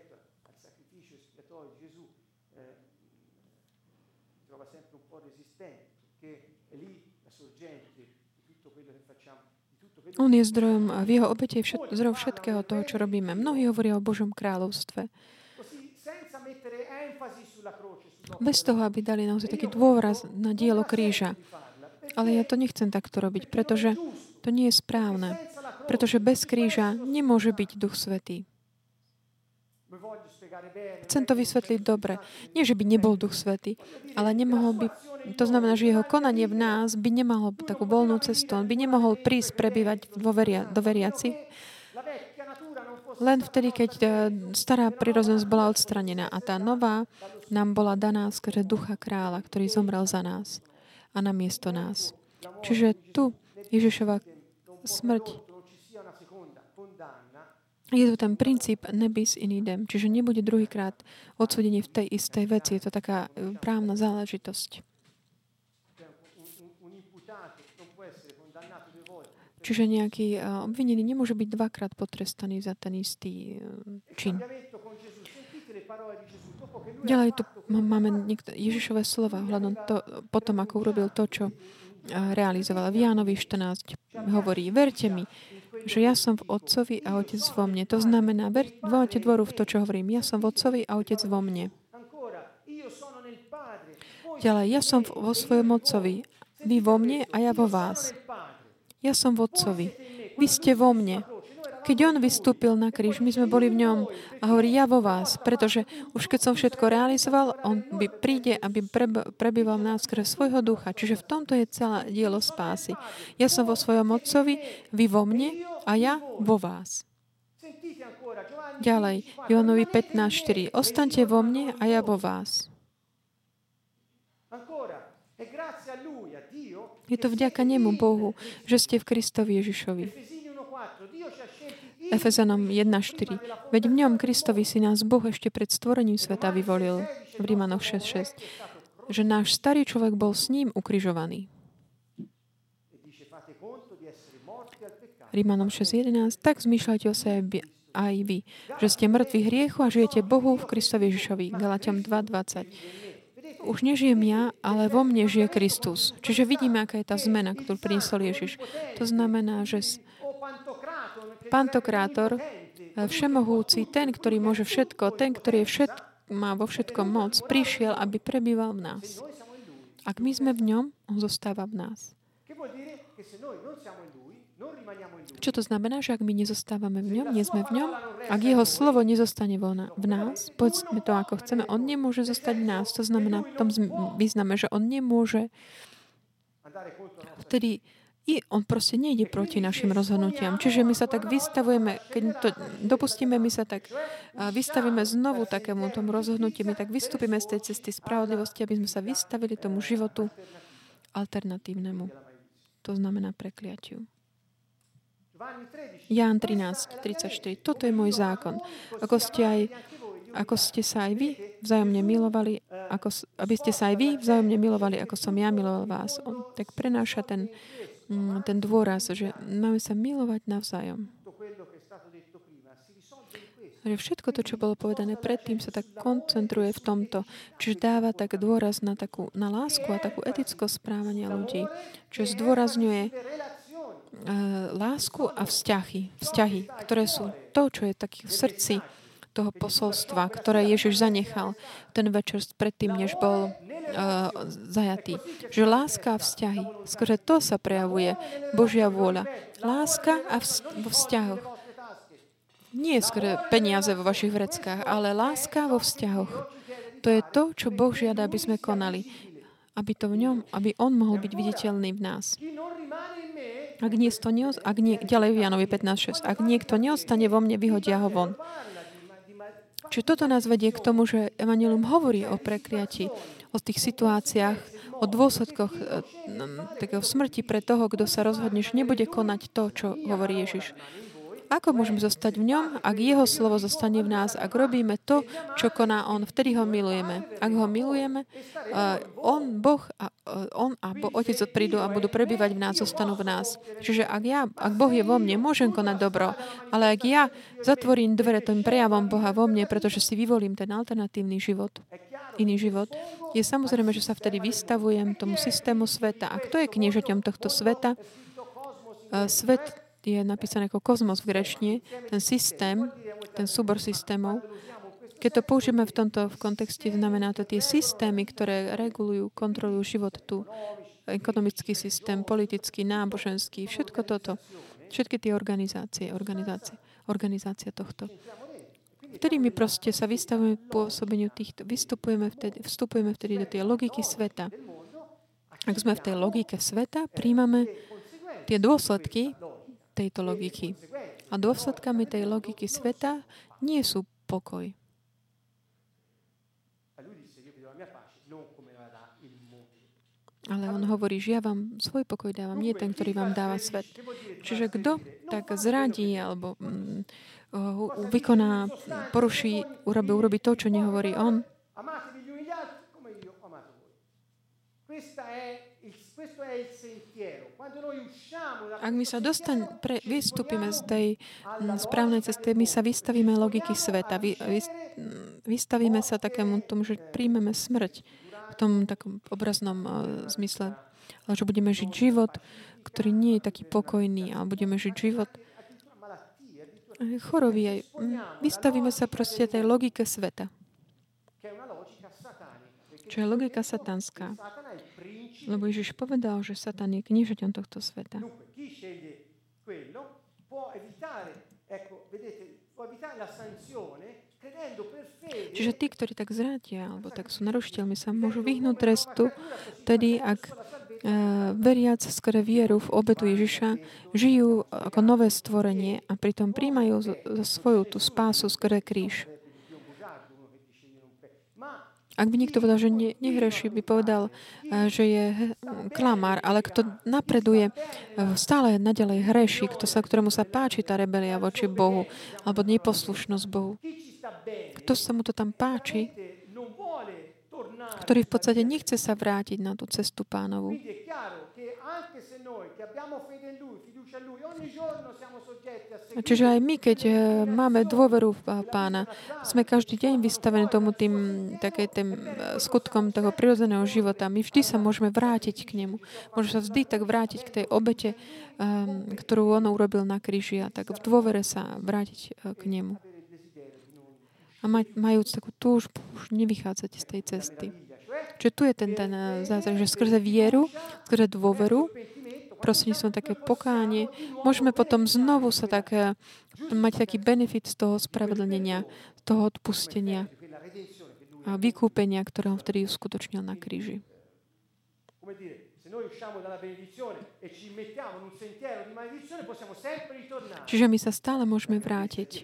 On je zdrojom, a v jeho obete je zdrojom všetkého toho, čo robíme. Mnohí hovoria o Božom kráľovstve. Bez toho, aby dali naozaj taký dôraz na dielo kríža. Ale ja to nechcem takto robiť, pretože to nie je správne. Pretože bez kríža nemôže byť Duch Svätý. Chcem to vysvetliť dobre. Nie, že by nebol Duch Svätý, ale nemohol by, to znamená, že jeho konanie v nás by nemalo takú voľnú cestu. On by nemohol prísť prebývať do veriacich len vtedy, keď stará prirodzenosť bola odstranená a tá nová nám bola daná skrze Ducha Kráľa, ktorý zomrel za nás. a namiesto nás. Čiže tu Ježišova smrť je tu ten princíp nebis in idem, čiže nebude druhýkrát odsúdenie v tej istej veci. Je to taká právna záležitosť. Čiže nejaký obvinený nemôže byť dvakrát potrestaný za ten istý čin. Ďalej tu máme Ježišové slova ohľadom potom, ako urobil to, čo realizoval. V Jánovi 14 hovorí, verte mi, že ja som v Otcovi a Otec vo mne. To znamená, dvojte dôveru v to, čo hovorím. Ja som v Otcovi a Otec vo mne. Ďalej, ja som vo svojom Otcovi. Vy vo mne a ja vo vás. Ja som v Otcovi. Vy ste vo mne. Keď on vystúpil na kríž, my sme boli v ňom a hovorí, ja vo vás, pretože už keď som všetko realizoval, on príde, aby prebýval v nás skrze svojho ducha. Čiže v tomto je celé dielo spásy. Ja som vo svojom Otcovi, vy vo mne a ja vo vás. Ďalej, Jánovi 15:4. Ostaňte vo mne a ja vo vás. Je to vďaka nemu, Bohu, že ste v Kristovi Ježišovi. Efezanom 1:4. Veď v ňom Kristovi si nás Boh ešte pred stvorením sveta vyvolil. V Rímanoch 6:6. Že náš starý človek bol s ním ukrižovaný. Rímanom 6:11. Tak zmýšľajte o sebe aj vy, že ste mŕtvi hriechu a žijete Bohu v Kristovi Ježišovi. Galaťom 2:20. Už nežijem ja, ale vo mne žije Kristus. Čiže vidíme, aká je tá zmena, ktorú priniesol Ježiš. To znamená, že Pantokrátor, všemohúci, ten, ktorý môže všetko, ten, ktorý má vo všetkom moc, prišiel, aby prebýval v nás. Ak my sme v ňom, on zostáva v nás. Čo to znamená, že ak my nezostávame v ňom, nie sme v ňom, ak jeho slovo nezostane v nás, povedzme to, ako chceme, on nemôže zostať v nás. To znamená v tom význame, že on nemôže vtedy on proste nejde proti našim rozhodnutiam. Čiže my sa tak vystavujeme, keď to dopustíme, my sa tak vystavíme znovu takému tomu rozhodnutiu, my tak vystúpime z tej cesty spravodlivosti, aby sme sa vystavili tomu životu alternatívnemu. To znamená prekliatiu. Ján 13:34. Toto je môj zákon. Ako ste sa aj vy vzájomne milovali, aby ste sa aj vy vzájomne milovali, ako som ja miloval vás. On tak prenáša ten dôraz, že máme sa milovať navzájom. Všetko to, čo bolo povedané predtým, sa tak koncentruje v tomto. Čiže dáva tak dôraz na lásku a takú etické správanie ľudí. Čiže zdôrazňuje lásku a vzťahy. Vzťahy, ktoré sú to, čo je taký v srdci toho posolstva, ktoré Ježiš zanechal ten večer predtým, než bol zajatý. Že láska a vzťahy. Skôr to sa prejavuje Božia vôľa. Láska vo vzťahoch. Nie skôr peniaze vo vašich vreckách, ale láska vo vzťahoch. To je to, čo Boh žiada, aby sme konali. Aby on mohol byť viditeľný v nás. Ďalej v Jánovi 15:6. Ak niekto neostane vo mne, vyhodia ho von. Čiže toto nás vedie k tomu, že Evanjelium hovorí o prekliati, o tých situáciách, o dôsledkoch takého smrti pre toho, kto sa rozhodne, že nebude konať to, čo hovorí Ježiš. Ako môžeme zostať v ňom, ak jeho slovo zostane v nás, ak robíme to, čo koná on, vtedy ho milujeme. Ak ho milujeme, Boh a Otec prídu a budú prebývať v nás, zostanú v nás. Čiže ak Boh je vo mne, môžem konať dobro, ale ak ja zatvorím dvere tým prejavom Boha vo mne, pretože si vyvolím ten alternatívny život, iný život, je samozrejme, že sa vtedy vystavujem tomu systému sveta. A kto je kniežaťom tohto sveta? Svet je napísané ako kozmos v gréčtine, ten systém, ten súbor systémov. Keď to použijeme v kontexte, znamená to tie systémy, ktoré regulujú, kontrolujú život tu. Ekonomický systém, politický, náboženský, všetko toto. Všetky tie organizácia tohto. Vtedy my proste sa vystavujeme pôsobeniu týchto, vstupujeme vtedy do tej logiky sveta. Ak sme v tej logike sveta, príjmame tie dôsledky tejto logiky. A dôsledkami tej logiky sveta nie sú pokoj. Ale on hovorí, že ja vám svoj pokoj dávam, nie ten, ktorý vám dáva svet. Čiže kto tak zradí alebo vykoná, poruší, urobí to, čo nehovorí on, Amatevi gli uni gli altri come io ho amato voi. Questo è il sentiero. Quando noi usciamo da ak my sa questo sentiero, vystúpime z tej správnej cesty, my sa vystavíme logiky sveta. Vystavíme sa takému tomu, že príjmeme smrť v tom takom obraznom zmysle. Ale že budeme žiť život, ktorý nie je taký pokojný, ale budeme žiť život choroby. Aj. Vystavíme sa proste tej logike sveta. Čo je logika satanská. Lebo Ježiš povedal, že Satan je kniežaťom tohto sveta. Čiže tí, ktorí tak zrátia, alebo tak sú narušiteľmi, sa môžu vyhnúť trestu, tedy ak veriac skrze vieru v obetu Ježiša žijú ako nové stvorenie a pritom príjmajú za svoju tú spásu skrze kríž. Ak by niekto povedal, že nehreší, by povedal, že je klamár, ale kto napreduje, stále naďalej hreší, ktorému sa páči tá rebelia voči Bohu, alebo neposlušnosť Bohu. Kto sa mu to tam páči, ktorý v podstate nechce sa vrátiť na tú cestu Pánovu. Čiže aj my, keď máme dôveru v Pána, sme každý deň vystavení tomu tým skutkom toho prirodzeného života. My vždy sa môžeme vrátiť k nemu. Môžeme sa vždy tak vrátiť k tej obete, ktorú on urobil na kríži, a tak v dôvere sa vrátiť k nemu. A majúc takú túžbu, už nevychádzať z tej cesty. Čiže tu je ten zázrak, že skrze vieru, skrze dôveru, prostredníctvom také pokánie, môžeme potom znovu sa mať taký benefit z toho spravedlnenia, z toho odpustenia a vykúpenia, ktoré on vtedy uskutočnil na kríži. Čiže my sa stále môžeme vrátiť.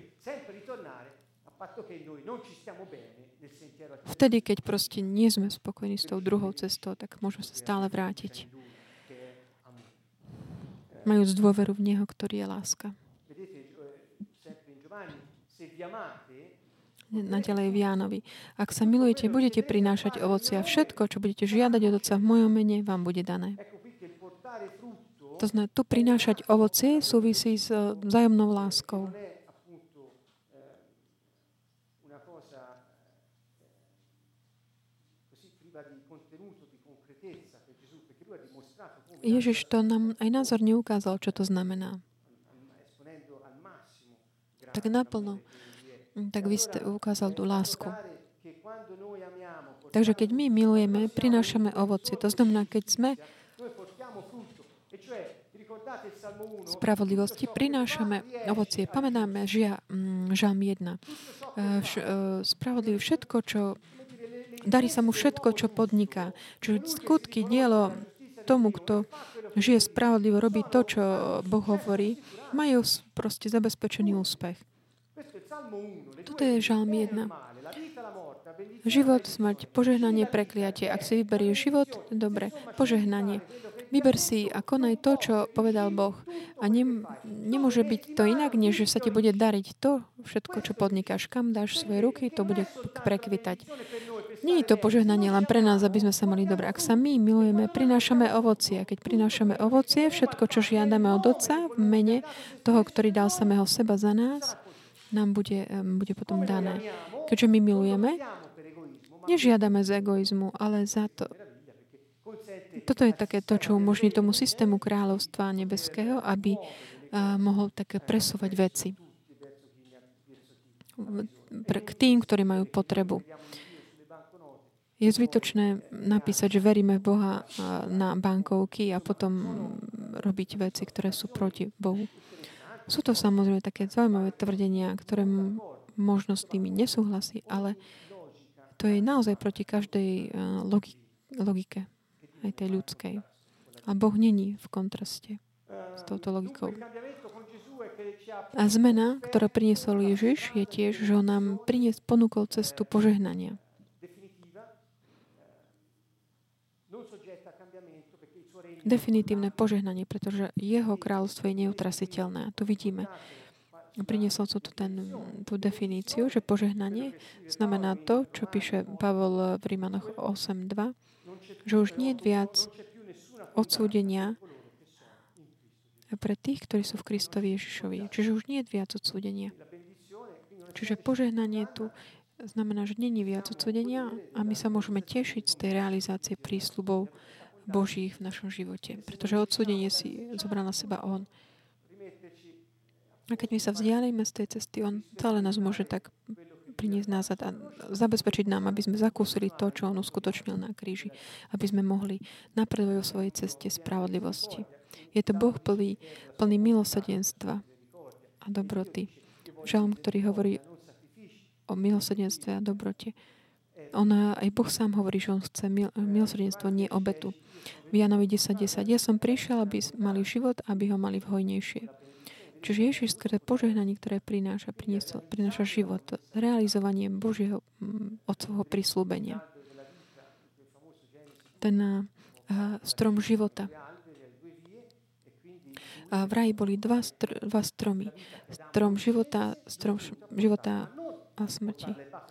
Vtedy, keď proste nie sme spokojní s tou druhou cestou, tak môžeme sa stále vrátiť. Majúc dôveru v Neho, ktorý je láska. Naďalej v Jánovi. Ak sa milujete, budete prinášať ovocie a všetko, čo budete žiadať od Otca v mojom mene, vám bude dané. To znamená, tu prinášať ovocie súvisí s vzájomnou láskou. Ježiš to nám aj názorne ukázal, čo to znamená. Tak naplno. Tak ukázal tú lásku. Takže keď my milujeme, prinášame ovocie. To znamená, keď sme spravodlivosti, prinášame ovocie. Pamätáme Žalm 1. Spravodlivý všetko, čo darí sa mu všetko, čo podniká. Čiže skutky, dielo tomu, kto žije spravodlivo, robí to, čo Boh hovorí, majú proste zabezpečený úspech. Toto je Žalm 1. Život, smrť, požehnanie, prekliatie. Ak si vyberieš život, dobre, požehnanie. Vyber si a konaj to, čo povedal Boh. A nemôže byť to inak, než že sa ti bude dariť to, všetko, čo podnikáš. Kam dáš svoje ruky, to bude prekvitať. Nie je to požehnanie len pre nás, aby sme sa mali dobre. Ak sa my milujeme, prinášame ovocie. A keď prinášame ovocie, všetko, čo žiadame od Otca v mene toho, ktorý dal samého seba za nás, nám bude potom dané. Keďže my milujeme, nežiadame z egoizmu, ale za to. Toto je také to, čo umožní tomu systému kráľovstva nebeského, aby mohol také presúvať veci k tým, ktorí majú potrebu. Je zbytočné napísať, že veríme v Boha na bankovky a potom robiť veci, ktoré sú proti Bohu. Sú to samozrejme také zaujímavé tvrdenia, ktoré možno s tými nesúhlasí, ale to je naozaj proti každej logike, aj tej ľudskej. A Boh není v kontraste s touto logikou. A zmena, ktorá priniesol Ježiš, je tiež, že on nám ponúkol cestu požehnania. definitívne požehnanie, pretože jeho kráľovstvo je neutrasiteľné. A tu vidíme. Priniesol som tu tú definíciu, že požehnanie znamená to, čo píše Pavol v Rímanoch 8.2, že už nie je viac odsúdenia pre tých, ktorí sú v Kristovi Ježišovi. Čiže už nie je viac odsúdenia. Čiže požehnanie tu znamená, že nie je viac odsúdenia a my sa môžeme tešiť z tej realizácie prísľubov Božích v našom živote. Pretože odsúdenie si zobral na seba On. A keď my sa vzdialíme z tej cesty, On celé nás môže tak priniesť nazad a zabezpečiť nám, aby sme zakúsili to, čo On uskutočnil na kríži. Aby sme mohli napredovať o svojej ceste spravodlivosti. Je to Boh plný milosrdenstva a dobroty. Žalm, ktorý hovorí o milosrdenstve a dobrote. Aj Boh sám hovorí, že On chce milosrdenstvo, nie obetu. V Jánovi 10.10. Ja som prišiel, aby mali život, aby ho mali v hojnejšie. Čiže Ježiš skrze požehnanie, ktoré prináša život, realizovanie Božieho Otcovho prisľúbenia. Ten strom života. V raji boli dva stromy. Strom života a smrti.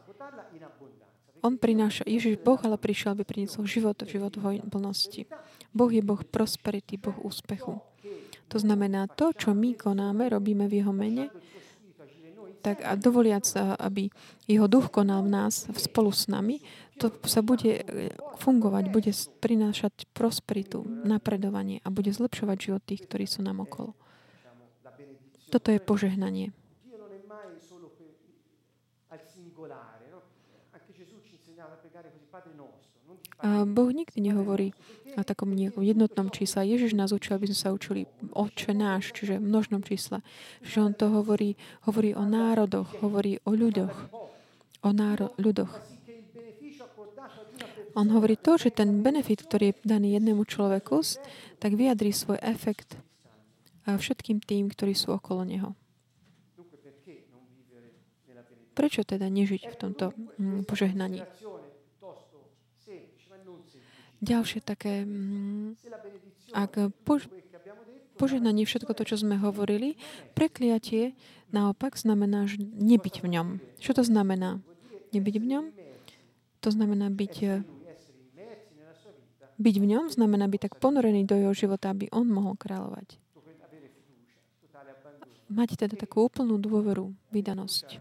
On prináša, Ježiš Boh, ale prišiel, aby priniesol život v plnosti. Boh je Boh prosperity, Boh úspechu. To znamená, to, čo my konáme, robíme v Jeho mene, tak a dovoliac, aby Jeho duch konal v nás spolu s nami, to sa bude fungovať, bude prinášať prosperitu, napredovanie a bude zlepšovať život tých, ktorí sú nám okolo. Toto je požehnanie. A Boh nikdy nehovorí na takom nejakom jednotnom čísle. Ježiš nás učil, aby sme sa učili Otče náš, čiže v množnom čísle. Že on to hovorí o národoch, hovorí o ľuďoch. On hovorí to, že ten benefit, ktorý je daný jednému človeku, tak vyjadrí svoj efekt všetkým tým, ktorí sú okolo neho. Prečo teda nežiť v tomto požehnaní? Ďalšie také, požehnanie, všetko to, čo sme hovorili, prekliatie naopak znamená že nebyť v ňom. Čo to znamená? Nebyť v ňom? To znamená byť v ňom, znamená byť tak ponorený do jeho života, aby on mohol kráľovať. Mať teda takú úplnú dôveru, vydanosť.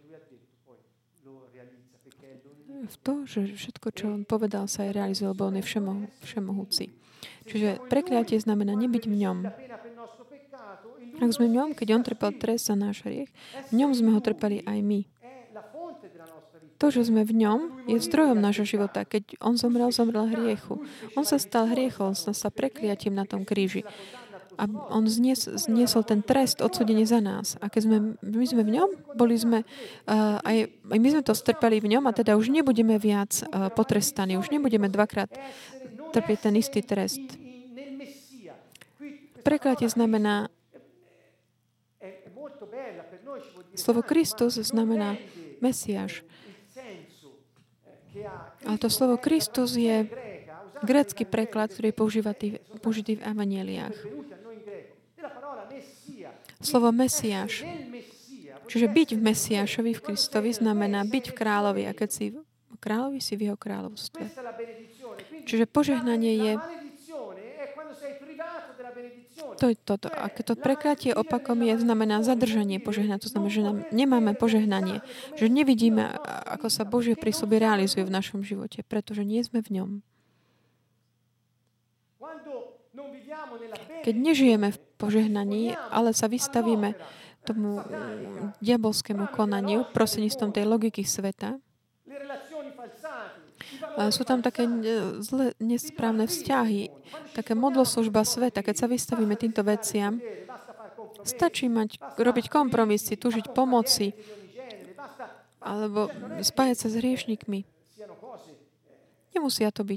V to, že všetko, čo on povedal, sa aj realizuje, lebo on je všemohúci. Čiže prekliatie znamená nebyť v ňom. Ak sme v ňom, keď on trpel trest za náš hriech, v ňom sme ho trpeli aj my. To, že sme v ňom, je zdrojom nášho života. Keď on zomrel hriechu. On sa stal hriechom, on sa prekliatím na tom kríži. A on zniesol ten trest, odsúdenie za nás. A keď my sme v ňom, aj my sme to strpeli v ňom a teda už nebudeme viac potrestaní. Už nebudeme dvakrát trpieť ten istý trest. Prekliatie znamená slovo Kristus znamená Mesiáš. Ale to slovo Kristus je grécky preklad, ktorý je použitý v evanjeliách. Slovo Mesiáš. Čiže byť v Mesiášovi, v Kristovi, znamená byť v kráľovi. A keď si v kráľovi, si v jeho kráľovstve. Čiže požehnanie je to je toto. A keď to prekliatie opakom znamená zadržanie požehnania. To znamená, že nemáme požehnanie. Že nevidíme, ako sa Božie prísľuby realizujú v našom živote, pretože nie sme v ňom. Keď nežijeme v požehnaní, ale sa vystavíme tomu diabolskému konaniu prostredníctvom tej logiky sveta, sú tam také zlé, nesprávne vzťahy, také modloslužba sveta. Keď sa vystavíme týmto veciam, stačí robiť kompromisy, túžiť pomoci, alebo spájať sa s hriešnikmi. Nemusia to byť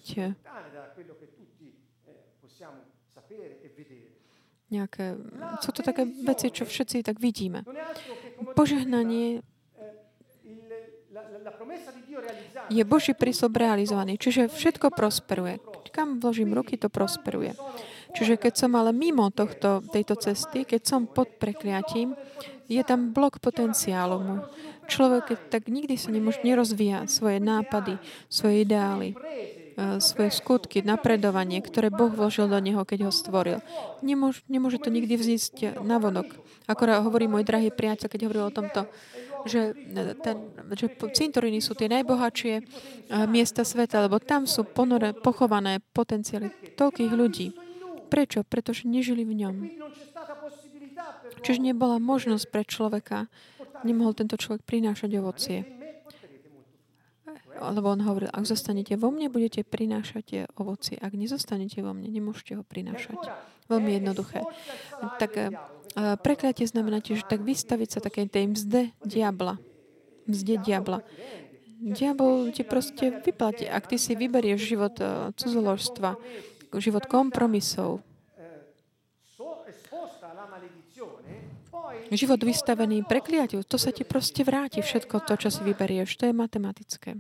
sú to také veci, čo všetci tak vidíme. Požehnanie je Boží prísľub realizovaný. Čiže všetko prosperuje. Kam vložím ruky, to prosperuje. Čiže keď som ale mimo tejto cesty, keď som pod prekliatím, je tam blok potenciálu. Človek tak nikdy sa nerozvíja svoje nápady, svoje ideály, svoje skutky, napredovanie, ktoré Boh vložil do neho, keď ho stvoril. Nemôže to nikdy vzísť navonok. Ako hovorí môj drahý priateľ, keď hovoril o tomto, že cintoríny sú tie najbohatšie miesta sveta, lebo tam sú pochované potenciály toľkých ľudí. Prečo? Pretože nežili v ňom. Čiže nebola možnosť pre človeka, nemohol tento človek prinášať ovocie. Lebo on hovoril, ak zostanete vo mne, budete prinášať ovocie. Ak nezostanete vo mne, nemôžete ho prinášať. Veľmi jednoduché. Tak prekliatie znamená tiež tak vystaviť sa takej tej mzde diabla. Diabol ti proste vyplatí. Ak ty si vyberieš život cudzoložstva, život kompromisov, život vystavený prekliatiu, to sa ti proste vráti všetko to, čo si vyberieš. To je matematické.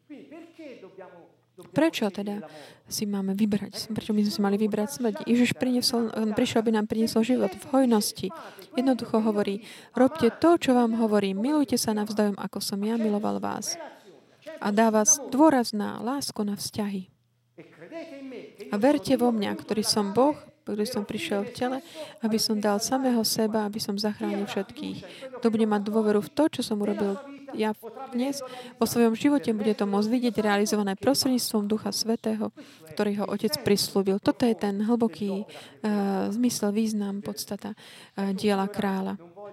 Prečo teda si máme vybrať? Prečo my sme si mali vybrať smrť? Ježiš prišiel, aby nám priniesol život v hojnosti. Jednoducho hovorí, robte to, čo vám hovorím. Milujte sa navzájom, ako som ja miloval vás. A dáva dôraz na lásku, na vzťahy. A verte vo mňa, ktorý som Boh, ktorý som prišiel v tele, aby som dal samého seba, aby som zachránil všetkých. Kto bude mať dôveru v to, čo som urobil ja dnes, vo svojom živote bude to môcť vidieť realizované prostredníctvom Ducha Svätého, ktorý ho Otec prislúbil. Toto je ten hlboký zmysel, význam, podstata diela kráľa.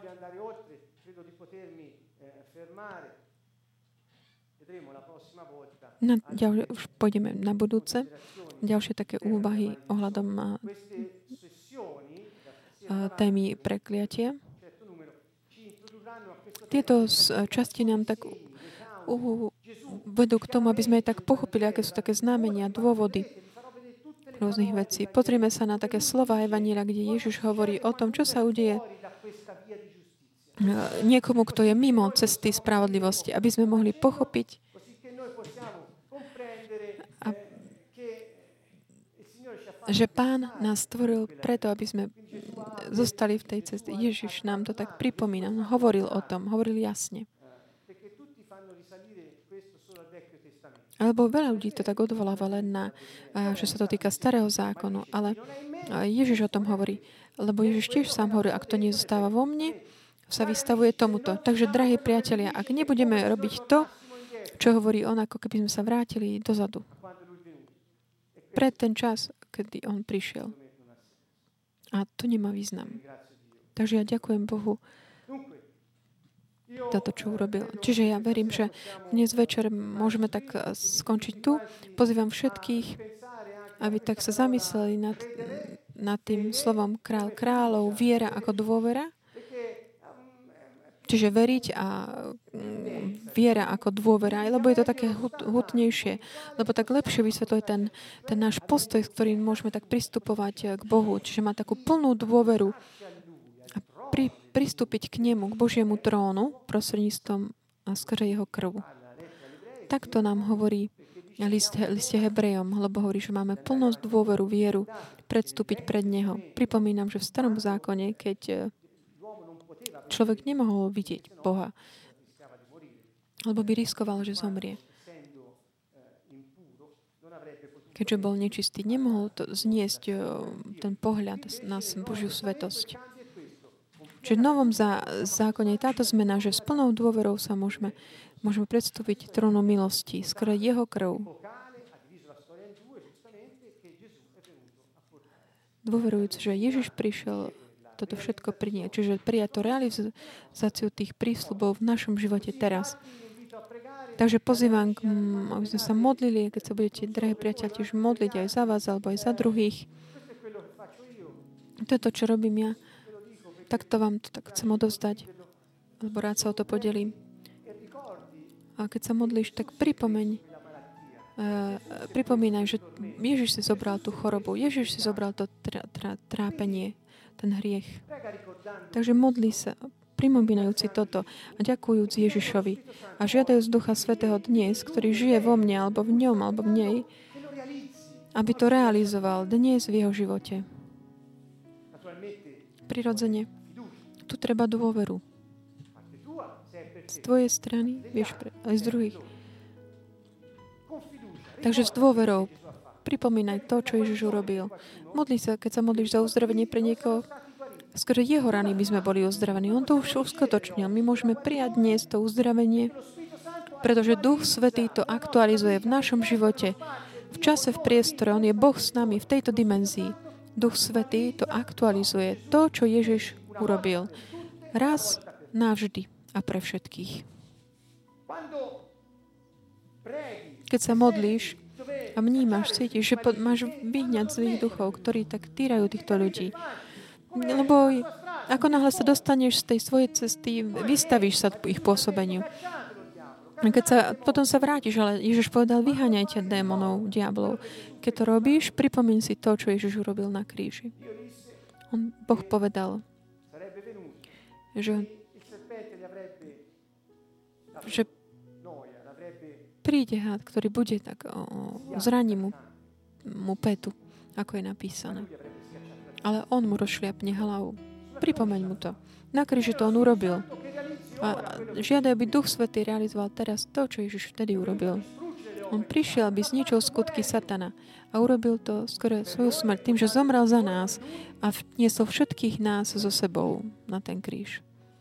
Už pôjdeme na budúce. Ďalšie také úvahy ohľadom témy prekliatia. Tieto časti nám tak vedú k tomu, aby sme aj tak pochopili, aké sú také znamenia, dôvody rôznych vecí. Pozrieme sa na také slova Evanjelia, kde Ježiš hovorí o tom, čo sa udeje niekomu, kto je mimo cesty spravodlivosti, aby sme mohli pochopiť, že Pán nás stvoril preto, aby sme zostali v tej ceste. Ježiš nám to tak pripomína. On hovoril o tom, hovoril jasne. Alebo veľa ľudí to tak odvoláva len na, že sa to týka starého zákonu, ale Ježiš o tom hovorí. Lebo Ježiš tiež sám hovorí, ak to nezostáva vo mne, sa vystavuje tomuto. Takže, drahí priatelia, ak nebudeme robiť to, čo hovorí on, ako keby sme sa vrátili dozadu. Pred ten čas, kedy on prišiel. A to nemá význam. Takže ja ďakujem Bohu za to, čo urobil. Čiže ja verím, že dnes večer môžeme tak skončiť tu. Pozývam všetkých, aby tak sa zamysleli nad tým slovom kráľ kráľov, viera ako dôvera. Čiže veriť a viera ako dôvera, lebo je to také hutnejšie, lebo tak lepšie vysvetľuje ten náš postoj, s ktorým môžeme tak pristupovať k Bohu. Čiže má takú plnú dôveru a pristúpiť k nemu, k Božiemu trónu prostredníctvom skrze jeho krvu. Takto nám hovorí liste Hebrejom, lebo hovorí, že máme plnosť dôveru, vieru, predstúpiť pred neho. Pripomínam, že v starom zákone, keď človek nemohol vidieť Boha, lebo by riskoval, že zomrie. Keďže bol nečistý, nemohol to zniesť ten pohľad na Božiu svetosť. Čiže v novom zákone je táto zmena, že s plnou dôverou sa môžeme predstúpiť trónu milosti skrze jeho krv. Dôverujúc, že Ježiš prišiel toto všetko prijať. Čiže prijať to realizáciu tých prísľubov v našom živote teraz. Takže pozývam, aby sme sa modlili, keď sa budete, drahí priateľ, tiež modliť aj za vás, alebo aj za druhých. To je to, čo robím ja. Takto vám to tak chcem odovzdať, lebo rád sa o to podelím. A keď sa modlíš, tak pripomínaj, že Ježiš si zobral tú chorobu, Ježiš si zobral to trápenie, ten hriech. Takže modlí sa, pripomínajúci toto a ďakujúc Ježišovi a žiadajúc Ducha Svätého dnes, ktorý žije vo mne, alebo v ňom, alebo v nej, aby to realizoval dnes v jeho živote. prirodzene. Tu treba dôveru. Z tvojej strany, vieš, aj z druhých. Takže s dôverou pripomínaj to, čo Ježiš urobil. Modli sa, keď sa modlíš za uzdravenie pre niekoho, skôr jeho rany by sme boli uzdravení. On to už uskutočnil. My môžeme prijať dnes to uzdravenie, pretože Duch Svätý to aktualizuje v našom živote. V čase, v priestore. On je Boh s nami v tejto dimenzii. Duch Svätý to aktualizuje. To, čo Ježiš urobil. Raz navždy a pre všetkých. Keď sa modlíš a vnímaš, cítiš, že máš vyhňať zlých duchov, ktorí tak týrajú týchto ľudí. Lebo ako náhle sa dostaneš z tej svojej cesty, vystavíš sa ich pôsobeniu. Potom sa vrátiš, ale Ježiš povedal, vyháňajte démonov, diablov. Keď to robíš, pripomín si to, čo Ježiš urobil na kríži. Boh povedal, že príde had, ktorý bude tak zraní mu petu, ako je napísané. Ale on mu rozšliapne hlavu. Pripomeň mu to. Na kríži to on urobil. A žiadaj, aby Duch Svätý realizoval teraz to, čo Ježiš vtedy urobil. On prišiel, aby zničil skutky satana. A urobil to skoro svoju smrť tým, že zomrel za nás a vniesol všetkých nás so sebou na ten kríž.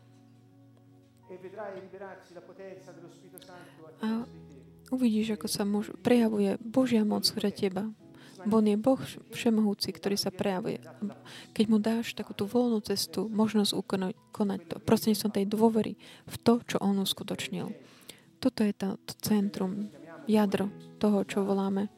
A uvidíš, ako sa prejavuje Božia moc pre teba. Bo on je Boh všemohúci, ktorý sa prejavuje. Keď mu dáš takú tú voľnú cestu, možnosť konať to, prostredníctvom tej dôvery v to, čo on uskutočnil. Toto je to centrum, jadro toho, čo voláme.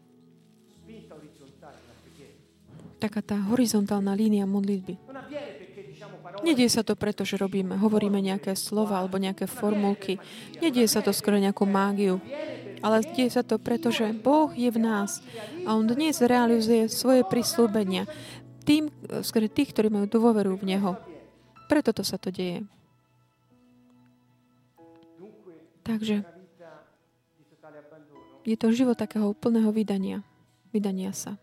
Taká tá horizontálna línia modlitby. Nedieje sa to preto, že hovoríme nejaké slova alebo nejaké formulky. Nedieje sa to skoro nejakú mágiu. Ale deje sa to preto, že Boh je v nás a on dnes realizuje svoje prisľúbenia tých, ktorí majú dôveru v Neho. Preto to sa to deje. Takže je to život takého úplného vydania sa.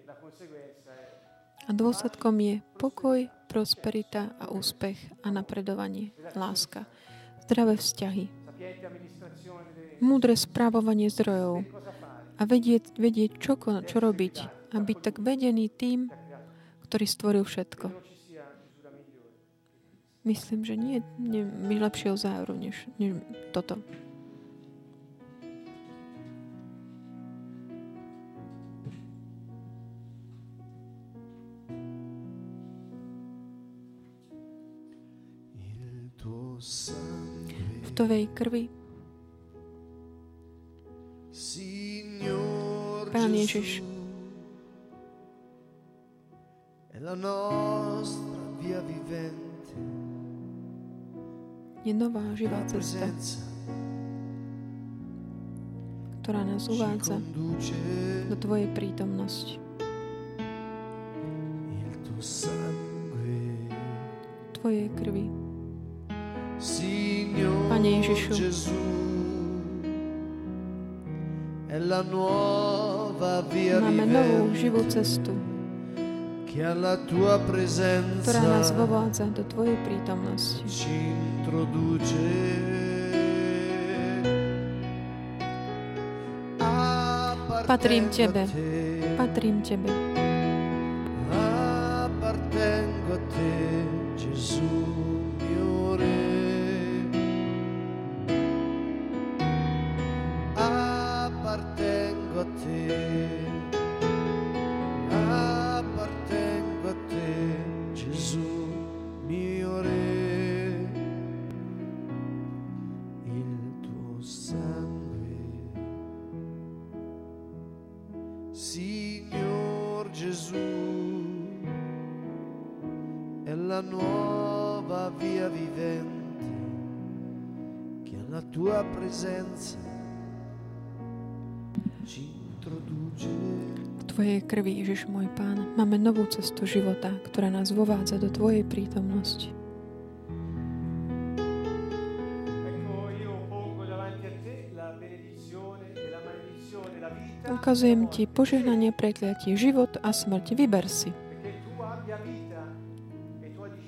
A dôsledkom je pokoj, prosperita a úspech a napredovanie, láska, zdravé vzťahy, múdre správovanie zdrojov a vedieť čo robiť a byť tak vedený tým, ktorý stvoril všetko. Myslím, že nie je lepšieho záveru, než toto. V tvojej krvi, Pán Ježiš, je nová živá cesta, ktorá nás uvádza do tvojej prítomnosti. Tvojej krvi. Pane Ježišu, máme novú živú cestu, ktorá nás vovádza do tvojej prítomnosti. Patrím tebe. Patrím tebe. Appartengo a te, Gesù mio Re. Appartengo a te. Appartengo a te, Gesù mio Re. Il tuo sangue, Signor Gesù, è la nuova via vivente che alla tua presenza ci introduce. V tvojej krvi, Ježiš môj Pán, máme novú cestu života, ktorá nás vovádza do tvojej prítomnosti. Ukazujem ti požehnanie, prekliatie, život a smrť. Vyber si.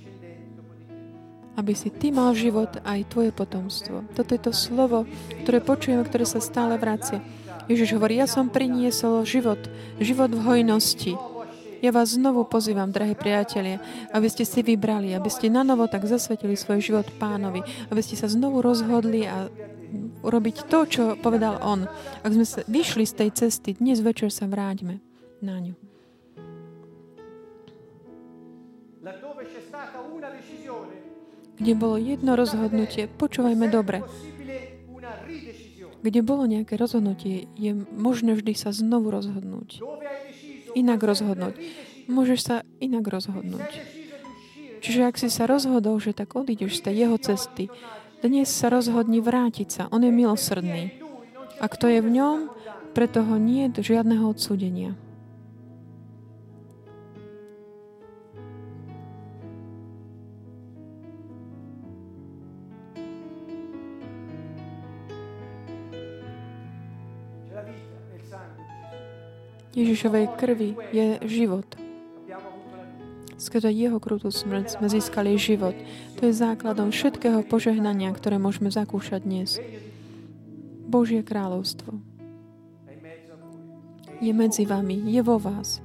aby si ty mal život aj tvoje potomstvo. Toto je to slovo, ktoré počujeme, ktoré sa stále vracia. Ježiš hovorí, ja som priniesol život v hojnosti. Ja vás znovu pozývam, drahí priatelia, aby ste si vybrali, aby ste nanovo tak zasvetili svoj život Pánovi, aby ste sa znovu rozhodli a urobiť to, čo povedal on. Ak sme sa vyšli z tej cesty, dnes večer sa vráťme na ňu. Kde bolo jedno rozhodnutie, počúvajme dobre. Kde bolo nejaké rozhodnutie, je možné vždy sa znovu rozhodnúť. Inak rozhodnúť. Môžeš sa inak rozhodnúť. Čiže ak si sa rozhodol, že tak odídeš z tej jeho cesty, dnes sa rozhodni vrátiť sa. On je milosrdný. A kto je v ňom, pre toho nie je žiadneho odsúdenia. Ježišovej krvi je život. Skrze jeho krutú smrť sme získali život. To je základom všetkého požehnania, ktoré môžeme zakúšať dnes. Božie kráľovstvo je medzi vami, je vo vás.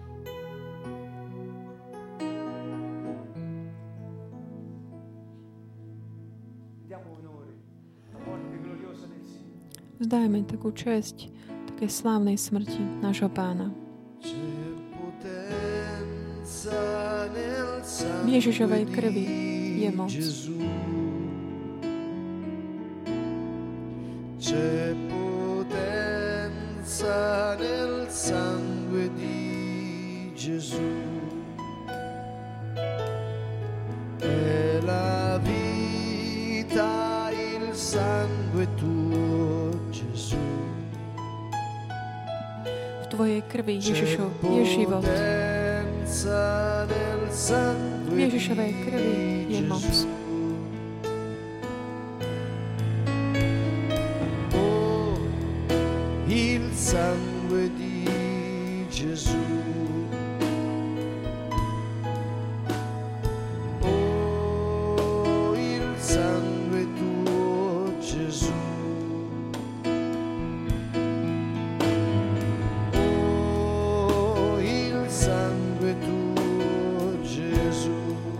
Vzdajme takú česť takej slávnej smrti nášho Pána. V Ježišovej krvi je moc. C'è potenza nel sangue di Gesù. È la vita il sangue tuo, Gesù. V tvojej krvi, Ježišov, je život. V Ježišovej krvi je moc. Il sangue di Gesù. Oh, il sangue tuo, Gesù. Oh, il sangue tuo, Gesù.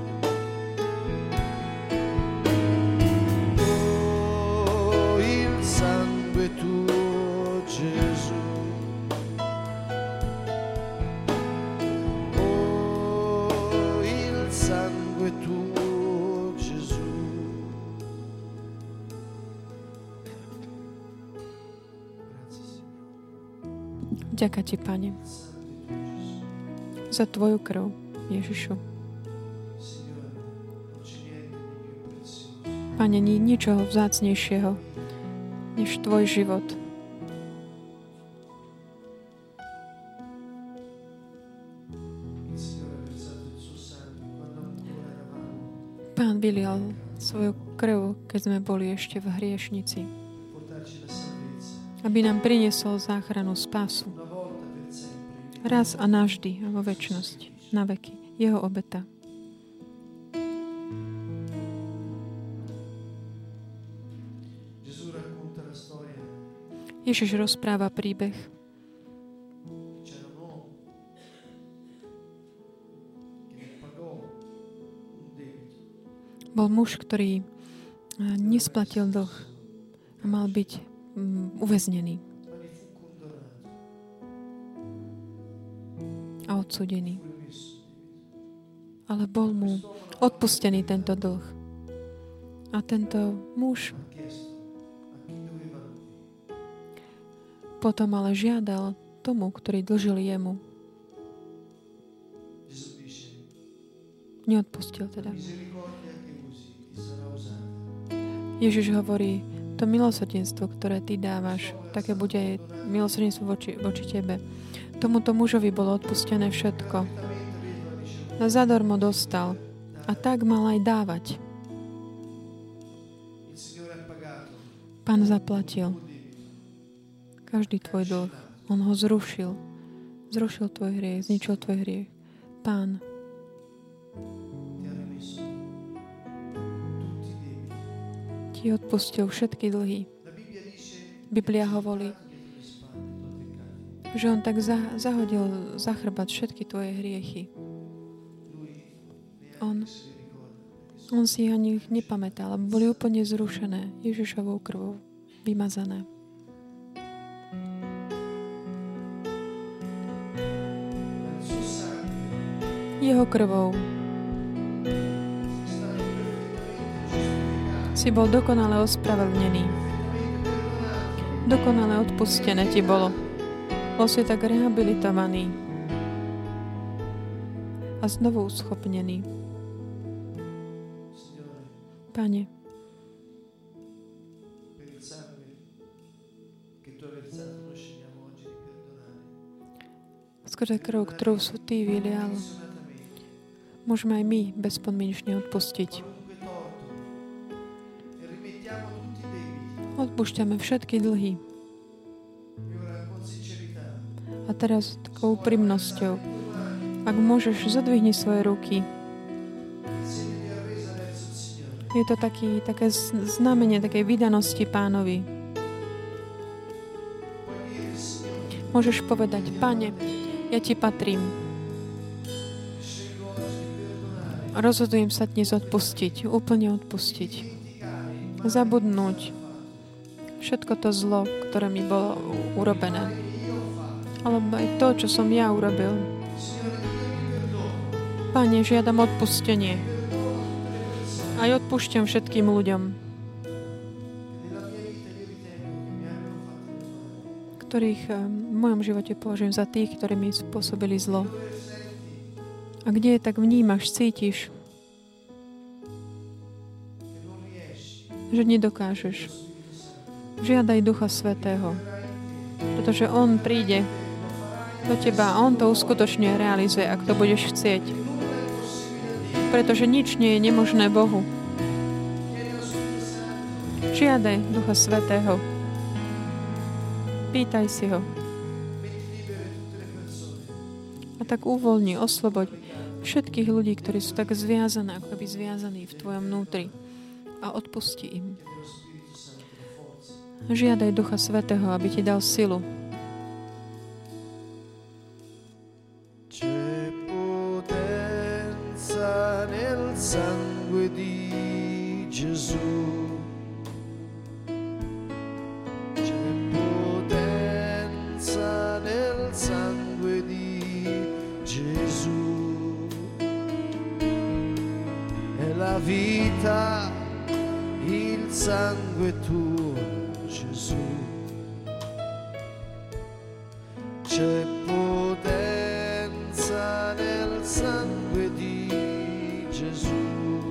Oh, il sangue tuo, Gesù. Oh, il sangue tuo, Gesù. Ďakujem ti, Pane, za tvoju krv, Ježišu. Pane, ničoho vzácnejšieho, než tvoj život. Pán vylial svoju krv, keď sme boli ešte v hriešnici, aby nám priniesol záchranu, spásu. Raz a navždy a vo večnosť, na veky. Jeho obeta. Ježiš rozpráva príbeh. Bol muž, ktorý nesplatil dlh a mal byť uväznený a odsúdený. Ale bol mu odpustený tento dlh. A tento muž potom ale žiadal tomu, ktorý dlžil jemu. Neodpustil teda. Ježiš hovorí, to milosrdenstvo, ktoré ty dávaš, také bude aj milosrdenstvo voči tebe. Tomuto mužovi bolo odpustené všetko. A zadarmo dostal. A tak mal aj dávať. Pán zaplatil každý tvoj dlh. On ho zrušil. Zrušil tvoj hriech, zničil tvoj hriech. Pán ti odpustil všetky dlhy. Biblia hovorí, že on tak zahodil za chrbát všetky tvoje hriechy. On si ani ich nepamätal, aby boli úplne zrušené Ježišovou krvou, vymazané. Jeho krvou si bol dokonale ospravedlnený. Dokonale odpustené ti bolo. Bol si tak rehabilitovaný a znovu uschopnený. Pane, skrze krv, ktorú sú ty vylial, môžeme aj my bezpodmienečne odpustiť. Odpúšťame všetky dlhy. A teraz takou úprimnosťou, ak môžeš, zodvihni svoje ruky. Je to také znamenie takej vydanosti Pánovi. Môžeš povedať, Pane, ja ti patrím. Rozhodujem sa dnes odpustiť, úplne odpustiť. Zabudnúť všetko to zlo, ktoré mi bolo urobené. Alebo aj to, čo som ja urobil. Pane, žiadam odpustenie. Aj odpúšťam všetkým ľuďom, ktorých v mojom živote považujem za tých, ktorí mi spôsobili zlo. A kde je tak vnímaš, cítiš, že nedokážeš. Žiadaj Ducha Svätého, pretože On príde do teba a On to uskutočne realizuje, ak to budeš chcieť. Pretože nič nie je nemožné Bohu. Žiadaj Ducha Svätého. Pýtaj si ho. A tak uvoľni, osloboď všetkých ľudí, ktorí sú tak zviazaní, ako by zviazaní v tvojom vnútri. A odpusti im. Žiadaj Ducha Svätého, aby ti dal silu. C'è potenza nel sangue di Gesù. C'è potenza nel sangue di Gesù. È la vita, il sangue tuo, Gesù. C'è potenza nel sangue di Gesù.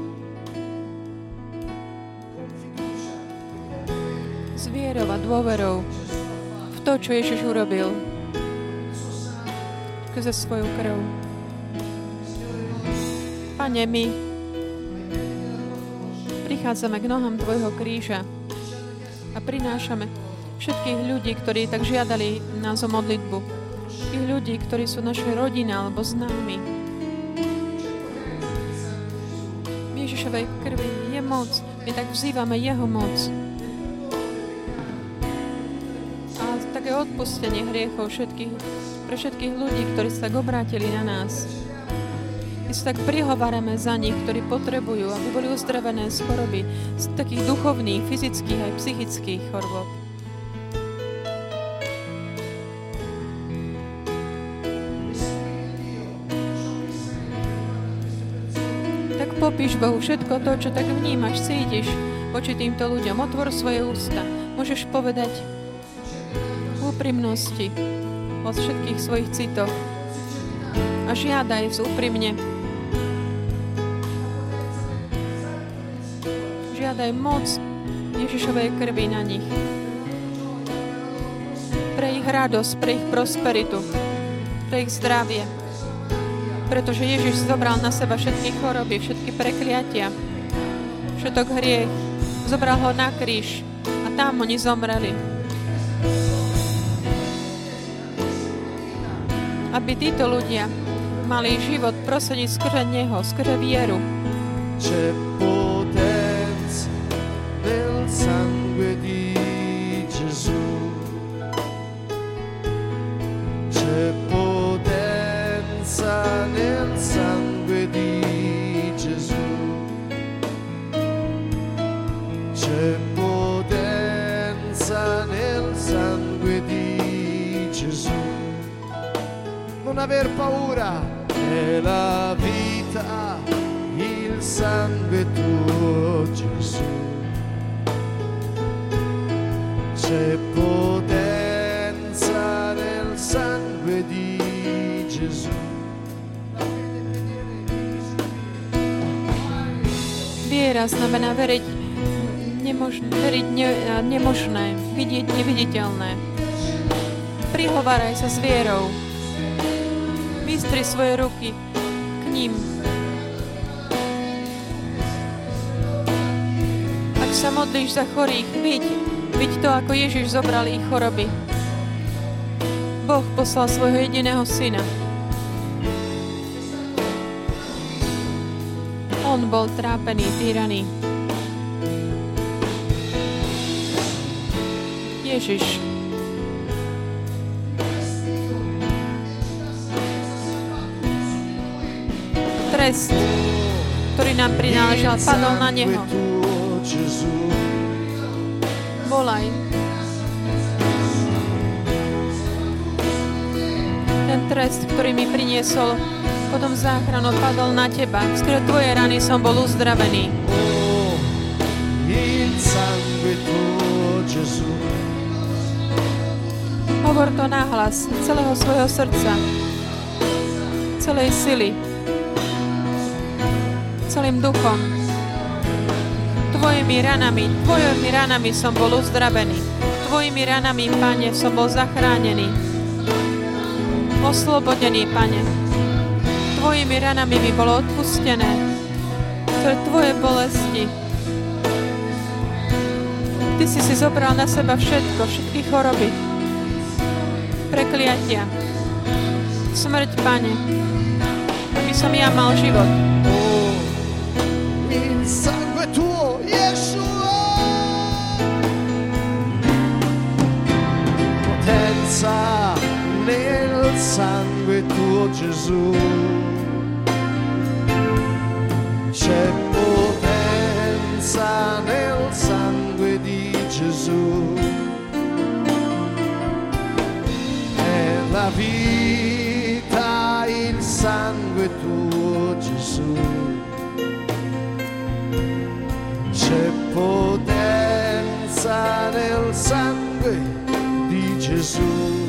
S vierou a dôverou v to, čo Ježiš urobil skrze svoju krv. Pane, my prichádzame k nohám tvojho kríža a prinášame všetkých ľudí, ktorí tak žiadali nás o modlitbu. Tých ľudí, ktorí sú naše rodiny alebo známi. V Ježišovej krvi je moc. My tak vzývame jeho moc. A také odpustenie hriechov pre všetkých ľudí, ktorí sa tak obrátili na nás. My sa tak prihovárame za nich, ktorí potrebujú, aby boli uzdravené z choroby, z takých duchovných, fyzických aj psychických chorôb. Tak popíš Bohu všetko to, čo tak vnímaš, cítiš voči týmto ľuďom. Otvor svoje ústa. Môžeš povedať úprimnosti od všetkých svojich citov a žiadaj úprimne. Žiadaj moc Ježišovej krvi na nich. Pre ich radosť, pre ich prosperitu, pre ich zdravie. Pretože Ježiš zobral na seba všetky choroby, všetky prekliatia, všetok hriech. Zobral ho na kríž a tam oni zomreli. Aby títo ľudia mali život prosediť skrze Neho, skrze vieru. C'è potenza nel Gesù. C'è potenza nel sangue di Gesù. C'è potenza nel sangue di Gesù. Non aver paura, è la vita, il sangue tuo Gesù. C'è potenza nel sangue di Gesù. Viera znamená veriť nemožné, vidieť neviditeľné. Prihováraj sa s vierou. Vystri svoje ruky k ním. Ak sa modlíš za chorých, viď to, ako Ježiš zobral ich choroby. Boh poslal svojho jediného syna. On bol trápený, týraný. Ježiš. Trest, ktorý nám prináležal, padol na neho. Volaj. Ten trest, ktorý mi priniesol potom záchranu, padol na teba. Skrze tvoje rany som bol uzdravený. Hovor to nahlas celého svojho srdca, celej sily, celým duchom. Tvojimi ranami som bol uzdravený. Tvojimi ranami, Pane, som bol zachránený. Oslobodený, Pane. Tvojimi ranami mi bolo odpustené. Pre Tvoje bolesti. Ty si zobral na seba všetky choroby, prekliatia, smrť, Pane, aby som ja mal život. Il sangue tuo, Yeshua. Potenza nel sangue tuo, Gesù. C'è potenza nel sangue di Gesù. È la vita, il sangue tuo, Gesù. C'è potenza nel sangue di Gesù.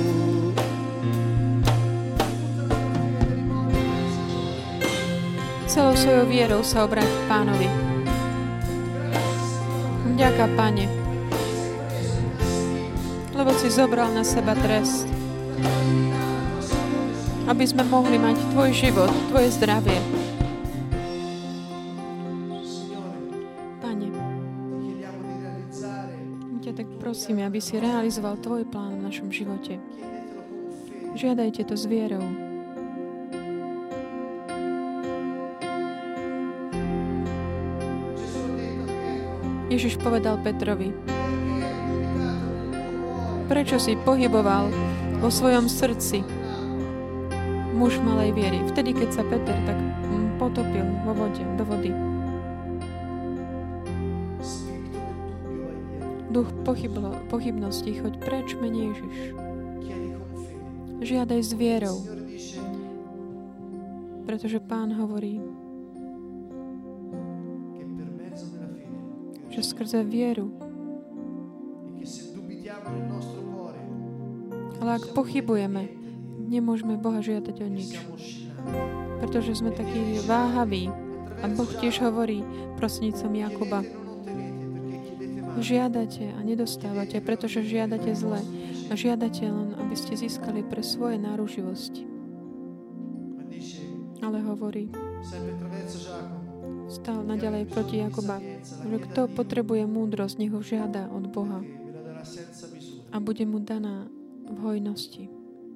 Celou svojou vierou sa obráť k Pánovi. Ďaká, Pane, lebo si zobral na seba trest, aby sme mohli mať Tvoj život, Tvoje zdravie. Pane, my ťa tak prosíme, aby si realizoval Tvoj plán v našom živote. Žiadajte to s vierou. Ježiš povedal Petrovi, prečo si pohyboval vo svojom srdci muž malej viery? Vtedy, keď sa Peter tak potopil do vody. Duch pochybnosti, choď preč, mene Ježiš. Žiadaj s vierou, pretože Pán hovorí, že skrze vieru. Ale ak pochybujeme, nemôžeme Boha žiadať o nič. Pretože sme takí váhaví. A Boh tiež hovorí prostredníctvom Jakuba. Žiadate a nedostávate, pretože žiadate zle. A žiadate len, aby ste získali pre svoje náruživosti. Ale hovorí, stál naďalej proti Jakuba, že kto potrebuje múdrosť, nech ho žiada od Boha a bude mu daná v hojnosti.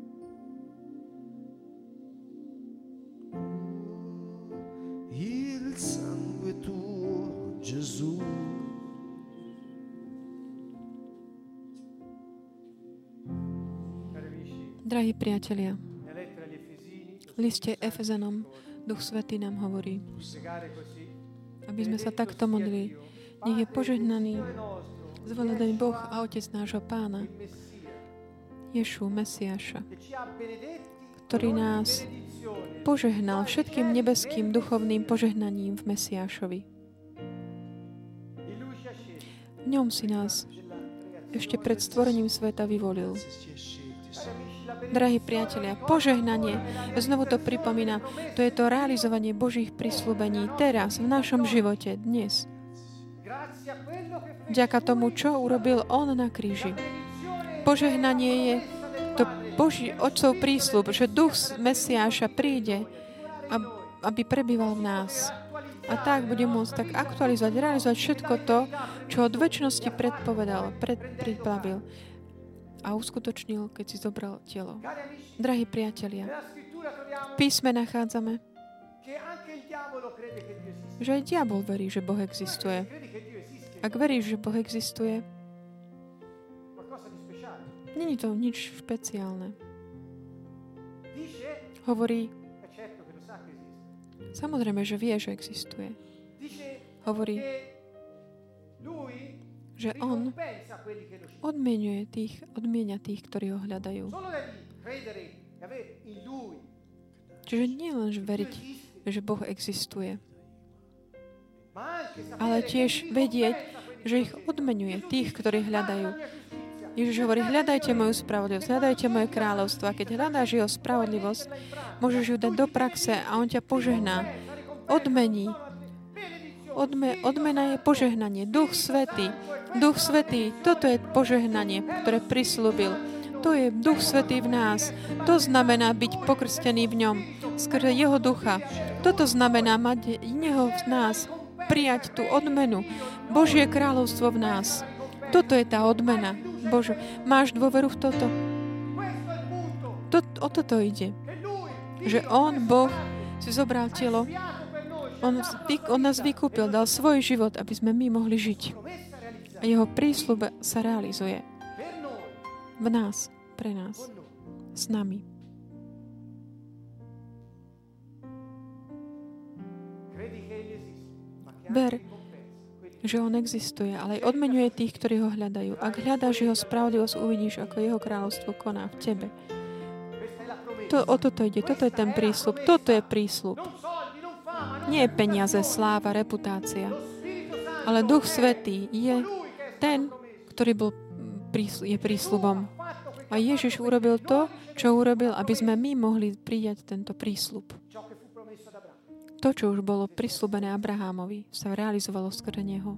Il sangue tuo, Gesù. Drahí priatelia, nella lettera agli Efesini, v liste Efezanom Duch Svätý nám hovorí, pregare così. aby sme sa takto modlili. Nech je požehnaný, zvelený Boh a Otec nášho Pána, Ješu, Mesiáša, ktorý nás požehnal všetkým nebeským duchovným požehnaním v Mesiášovi. V ňom si nás ešte pred stvorením sveta vyvolil. Drahí priatelia, požehnanie, znovu to pripomínam, to je to realizovanie Božích prisľúbení teraz, v našom živote, dnes. Vďaka tomu, čo urobil On na kríži. Požehnanie je to Boží Otcov prísľub, že Duch Mesiáša príde, aby prebýval v nás. A tak bude môcť tak aktualizovať, realizovať všetko to, čo od večnosti predpovedal, predplavil a uskutočnil, keď si zobral telo. Drahí priatelia, v písme nachádzame, že aj diabol verí, že Boh existuje. Ak veríš, že Boh existuje, není to nič špeciálne. Hovorí, samozrejme, že vie, že existuje. Hovorí, že On odmienia tých, ktorí ho hľadajú. Čiže nie len veriť, že Boh existuje, ale tiež vedieť, že ich odmenuje, tých, ktorí hľadajú. Ježiš hovorí, hľadajte moju spravodlivosť, hľadajte moje kráľovstvo. A keď hľadáš jeho spravodlivosť, môžeš ju dať do praxe a on ťa požehná. Odmení. Odmena je požehnanie. Duch Svätý. Duch Svätý, toto je požehnanie, ktoré prislúbil. To je Duch Svätý v nás. To znamená byť pokrstený v ňom. Skrze jeho ducha. Toto znamená mať neho v nás. Prijať tú odmenu. Božie kráľovstvo v nás. Toto je tá odmena. Bože, máš dôveru v toto? O toto ide. Že On, Boh, si zobral telo. On nás vykúpil, dal svoj život, aby sme my mohli žiť. A jeho prísľub sa realizuje. V nás, pre nás, s nami. Ver, že on existuje, ale aj odmenuje tých, ktorí ho hľadajú. Ak hľadáš jeho spravodlivosť, uvidíš, ako jeho kráľovstvo koná v tebe. O toto ide. Toto je ten prísľub. Toto je prísľub. Nie je peniaze, sláva, reputácia. Ale Duch Svätý je ten, ktorý je prísľubom. A Ježiš urobil to, čo urobil, aby sme my mohli prijať tento prísľub. To, čo už bolo prisľúbené Abrahámovi, sa realizovalo skrze neho.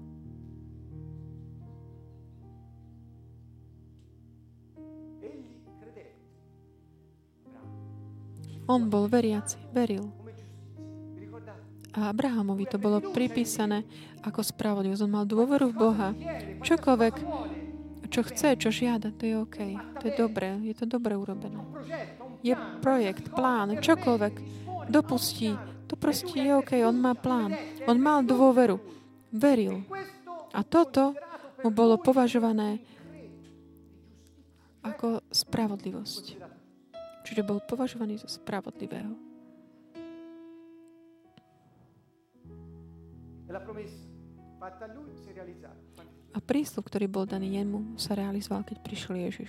On bol veriaci, veril. A Abrahámovi to bolo pripísané ako spravodlivosť. On mal dôveru v Boha. Čokoľvek, čo chce, čo žiada, to je OK. To je dobré, je to dobre urobené. Je projekt, plán, čokoľvek dopustí, to proste je OK, on má plán. On mal dôveru. Veril. A toto mu bolo považované ako spravodlivosť. Čiže bol považovaný za spravodlivého. A prísľub, ktorý bol daný jemu, sa realizoval, keď prišiel Ježiš.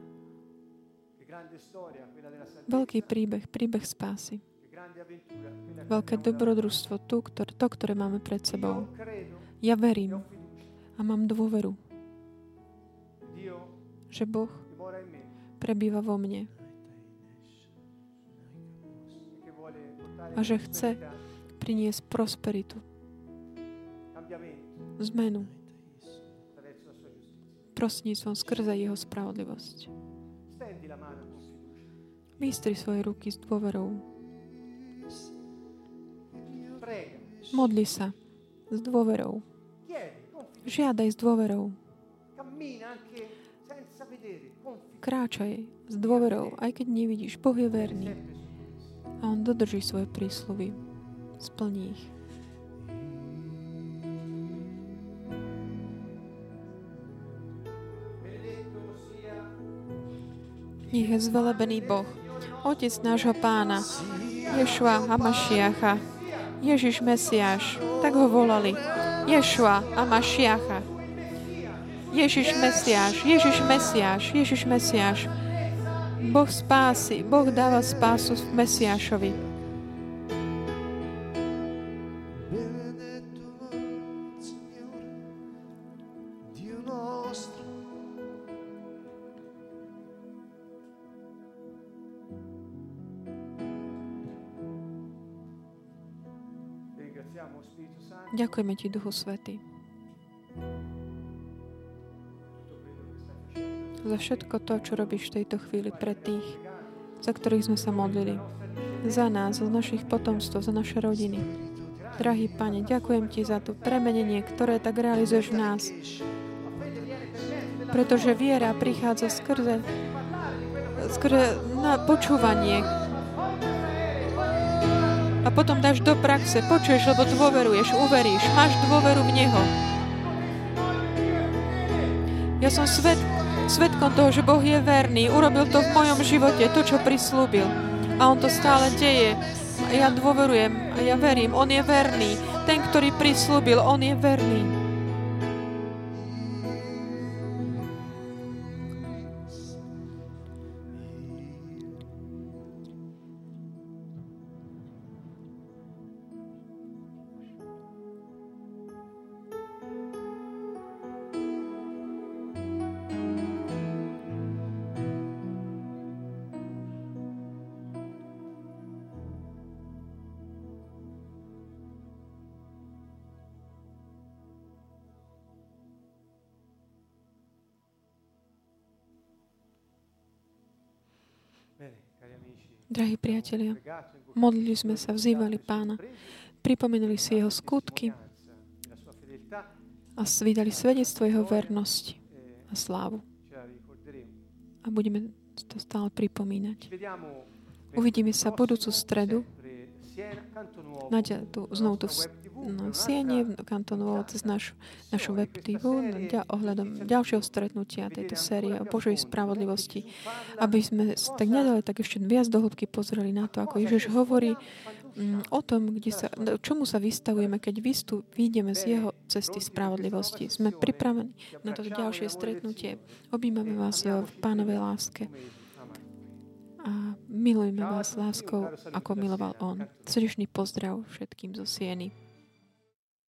Veľký príbeh spásy. Veľké dobrodružstvo, to, ktoré máme pred sebou. Ja verím a mám dôveru, že Boh prebýva vo mne a že chce priniesť prosperitu, zmenu prostredníctvom skrze jeho spravodlivosť. Vystri svoje ruky s dôverou. Modli sa s dôverou. Žiadaj s dôverou. Kráčaj s dôverou, aj keď nevidíš. Boh je verný. A on dodrží svoje prísľuby. Splní ich. Nech je zvelebený Boh, Otec nášho Pána, Ješua Hamašiacha, Ježiš Mesiáš, tak ho volali. Ješua Hamašiacha. Ježiš Mesiáš, Ježiš Mesiáš, Ježiš Mesiáš. Boh spásy, Boh dáva spásu v Mesiášovi. Ďakujeme Ti, Duchu Svätý, za všetko to, čo robíš v tejto chvíli pre tých, za ktorých sme sa modlili. Za nás, za našich potomstv, za naše rodiny. Drahý Pane, ďakujem Ti za to premenenie, ktoré tak realizuješ v nás. Pretože viera prichádza skrze na počúvanie. A potom dáš do praxe, počuješ, lebo dôveruješ, uveríš, máš dôveru v Neho. Ja som svedkom toho, že Boh je verný, urobil to v mojom živote, to, čo prislúbil. A On to stále deje. A ja dôverujem a ja verím, On je verný. Ten, ktorý prislúbil, On je verný. Drahí priatelia, modlili sme sa, vzývali Pána, pripomenuli si Jeho skutky a vydali svedectvo Jeho vernosti a slávu. A budeme to stále pripomínať. Uvidíme sa budúcu stredu znovu tu v Siene, kantónu cez našu web TV, ohľadom ďalšieho stretnutia tejto série o Božej spravodlivosti, aby sme tak nedali tak ešte viac do hĺbky pozreli na to, ako Ježiš hovorí o tom, čomu sa vystavujeme, keď vyjdeme z Jeho cesty spravodlivosti. Sme pripravení na toto ďalšie stretnutie. Objímame vás v Pánovej láske a milujeme vás láskou, ako miloval On. Srdečný pozdrav všetkým zo Sieny.